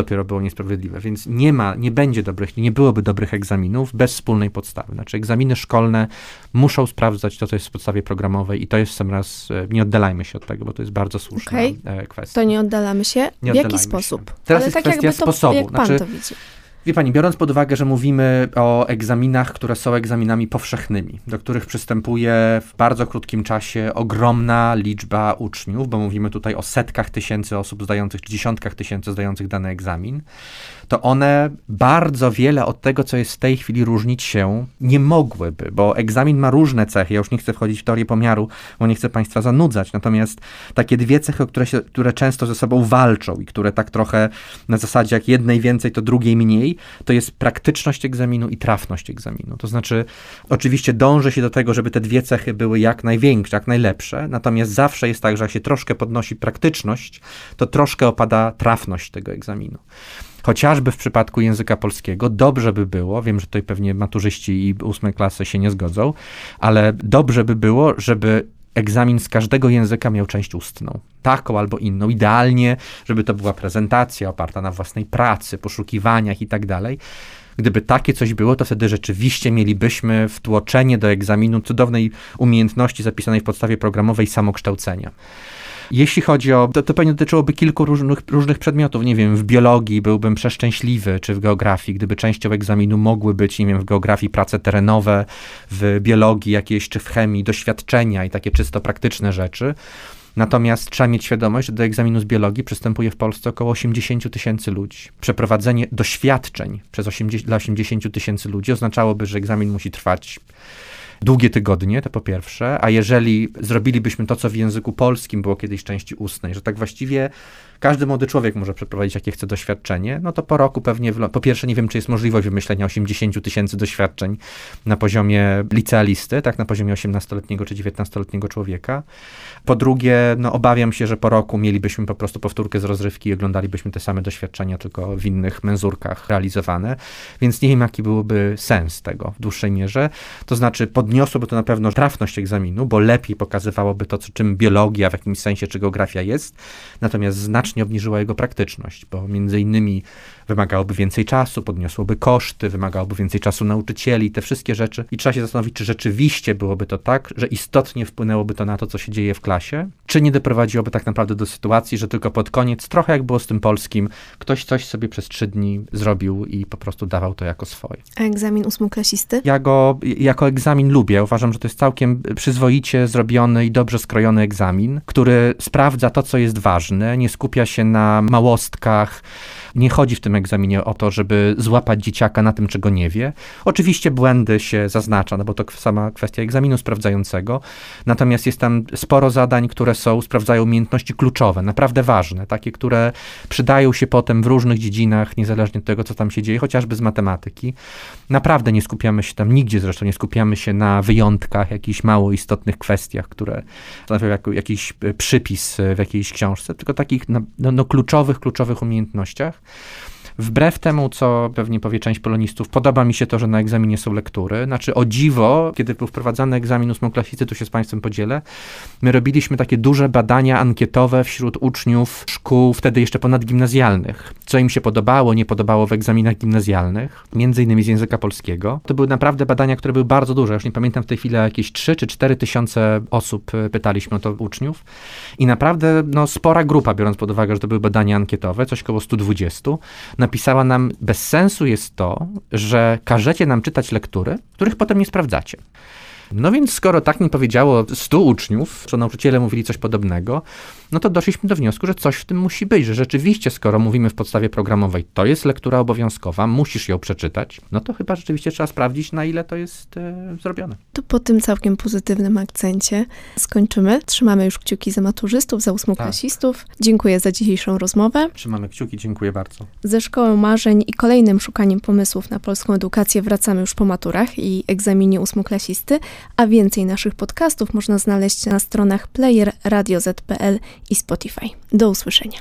Speaker 3: dopiero było niesprawiedliwe. Więc nie ma, nie będzie dobrych, nie byłoby dobrych egzaminów bez wspólnej podstawy. Znaczy egzaminy szkolne muszą sprawdzać to, co jest w podstawie programowej i to jest sam raz, nie oddalajmy się od tego, bo to jest bardzo słuszna okay. kwestia.
Speaker 2: To nie oddalamy się.
Speaker 3: Nie
Speaker 2: w jaki
Speaker 3: oddalajmy
Speaker 2: sposób?
Speaker 3: Się. Teraz
Speaker 2: Ale
Speaker 3: jest
Speaker 2: tak
Speaker 3: kwestia
Speaker 2: jakby to,
Speaker 3: sposobu.
Speaker 2: Jak pan
Speaker 3: znaczy,
Speaker 2: to widzi?
Speaker 3: Wie pani, biorąc pod uwagę, że mówimy o egzaminach, które są egzaminami powszechnymi, do których przystępuje w bardzo krótkim czasie ogromna liczba uczniów, bo mówimy tutaj o setkach tysięcy osób zdających, czy dziesiątkach tysięcy zdających dany egzamin, to one bardzo wiele od tego, co jest w tej chwili, różnić się nie mogłyby, bo egzamin ma różne cechy. Ja już nie chcę wchodzić w teorię pomiaru, bo nie chcę państwa zanudzać. Natomiast takie dwie cechy, które, się, które często ze sobą walczą i które tak trochę na zasadzie jak jednej więcej, to drugiej mniej, to jest praktyczność egzaminu i trafność egzaminu. To znaczy, oczywiście dąży się do tego, żeby te dwie cechy były jak największe, jak najlepsze, natomiast zawsze jest tak, że jak się troszkę podnosi praktyczność, to troszkę opada trafność tego egzaminu. Chociażby w przypadku języka polskiego dobrze by było, wiem, że tutaj pewnie maturzyści i ósmej klasy się nie zgodzą, ale dobrze by było, żeby egzamin z każdego języka miał część ustną. Taką albo inną. Idealnie, żeby to była prezentacja oparta na własnej pracy, poszukiwaniach i tak dalej. Gdyby takie coś było, to wtedy rzeczywiście mielibyśmy wtłoczenie do egzaminu cudownej umiejętności zapisanej w podstawie programowej samokształcenia. Jeśli chodzi o, to, to pewnie dotyczyłoby kilku różnych, różnych przedmiotów. Nie wiem, w biologii byłbym przeszczęśliwy, czy w geografii, gdyby częścią egzaminu mogły być, nie wiem, w geografii prace terenowe, w biologii jakieś, czy w chemii doświadczenia i takie czysto praktyczne rzeczy. Natomiast trzeba mieć świadomość, że do egzaminu z biologii przystępuje w Polsce około osiemdziesiąt tysięcy ludzi. Przeprowadzenie doświadczeń przez osiemdziesiąt, dla osiemdziesięciu tysięcy ludzi oznaczałoby, że egzamin musi trwać długie tygodnie, to po pierwsze, a jeżeli zrobilibyśmy to, co w języku polskim było kiedyś części ustnej, że tak właściwie każdy młody człowiek może przeprowadzić jakie chce doświadczenie, no to po roku pewnie, po pierwsze nie wiem, czy jest możliwość wymyślenia osiemdziesięciu tysięcy doświadczeń na poziomie licealisty, tak, na poziomie osiemnastoletniego czy dziewiętnastoletniego człowieka. Po drugie, no obawiam się, że po roku mielibyśmy po prostu powtórkę z rozrywki i oglądalibyśmy te same doświadczenia, tylko w innych menzurkach realizowane, więc nie wiem, jaki byłby sens tego w dłuższej mierze. To znaczy podniosłoby to na pewno trafność egzaminu, bo lepiej pokazywałoby to, czym biologia w jakimś sensie, czy geografia jest, natomiast znacznie obniżyła jego praktyczność, bo między innymi wymagałoby więcej czasu, podniosłoby koszty, wymagałoby więcej czasu nauczycieli, te wszystkie rzeczy. I trzeba się zastanowić, czy rzeczywiście byłoby to tak, że istotnie wpłynęłoby to na to, co się dzieje w klasie, czy nie doprowadziłoby tak naprawdę do sytuacji, że tylko pod koniec, trochę jak było z tym polskim, ktoś coś sobie przez trzy dni zrobił i po prostu dawał to jako swoje.
Speaker 2: A egzamin ósmoklasisty?
Speaker 3: Ja go jako egzamin lubię. Uważam, że to jest całkiem przyzwoicie zrobiony i dobrze skrojony egzamin, który sprawdza to, co jest ważne, nie skupia się na małostkach. Nie chodzi w tym egzaminie o to, żeby złapać dzieciaka na tym, czego nie wie. Oczywiście błędy się zaznacza, no bo to sama kwestia egzaminu sprawdzającego. Natomiast jest tam sporo zadań, które są, sprawdzają umiejętności kluczowe, naprawdę ważne, takie, które przydają się potem w różnych dziedzinach, niezależnie od tego, co tam się dzieje, chociażby z matematyki. Naprawdę nie skupiamy się tam, nigdzie zresztą nie skupiamy się na wyjątkach, jakichś mało istotnych kwestiach, które stanowią jako, jakiś przypis w jakiejś książce, tylko takich no, no, kluczowych, kluczowych umiejętnościach. Wbrew temu, co pewnie powie część polonistów, podoba mi się to, że na egzaminie są lektury. Znaczy, o dziwo, kiedy był wprowadzany egzamin ósmoklasisty, tu się z państwem podzielę, my robiliśmy takie duże badania ankietowe wśród uczniów szkół wtedy jeszcze ponadgimnazjalnych. Co im się podobało, nie podobało w egzaminach gimnazjalnych, między innymi z języka polskiego. To były naprawdę badania, które były bardzo duże. Już nie pamiętam w tej chwili, jakieś trzy czy cztery tysiące osób pytaliśmy o to uczniów. I naprawdę no, spora grupa, biorąc pod uwagę, że to były badania ankietowe, coś koło stu dwudziestu, napisała nam, bez sensu jest to, że każecie nam czytać lektury, których potem nie sprawdzacie. No więc skoro tak mi powiedziało stu uczniów, co nauczyciele mówili coś podobnego, no to doszliśmy do wniosku, że coś w tym musi być, że rzeczywiście skoro mówimy w podstawie programowej, to jest lektura obowiązkowa, musisz ją przeczytać, no to chyba rzeczywiście trzeba sprawdzić, na ile to jest e, zrobione.
Speaker 2: To po tym całkiem pozytywnym akcencie skończymy. Trzymamy już kciuki za maturzystów, za ósmoklasistów. Tak. Dziękuję za dzisiejszą rozmowę.
Speaker 3: Trzymamy kciuki, dziękuję bardzo.
Speaker 2: Ze Szkołą Marzeń i kolejnym szukaniem pomysłów na polską edukację wracamy już po maturach i egzaminie ósmoklasisty, a więcej naszych podcastów można znaleźć na stronach player radio zet kropka pe el i Spotify. Do usłyszenia.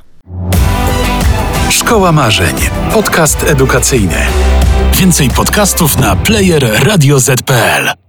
Speaker 1: Szkoła Marzeń. Podcast edukacyjny. Więcej podcastów na player radio zet kropka pe el.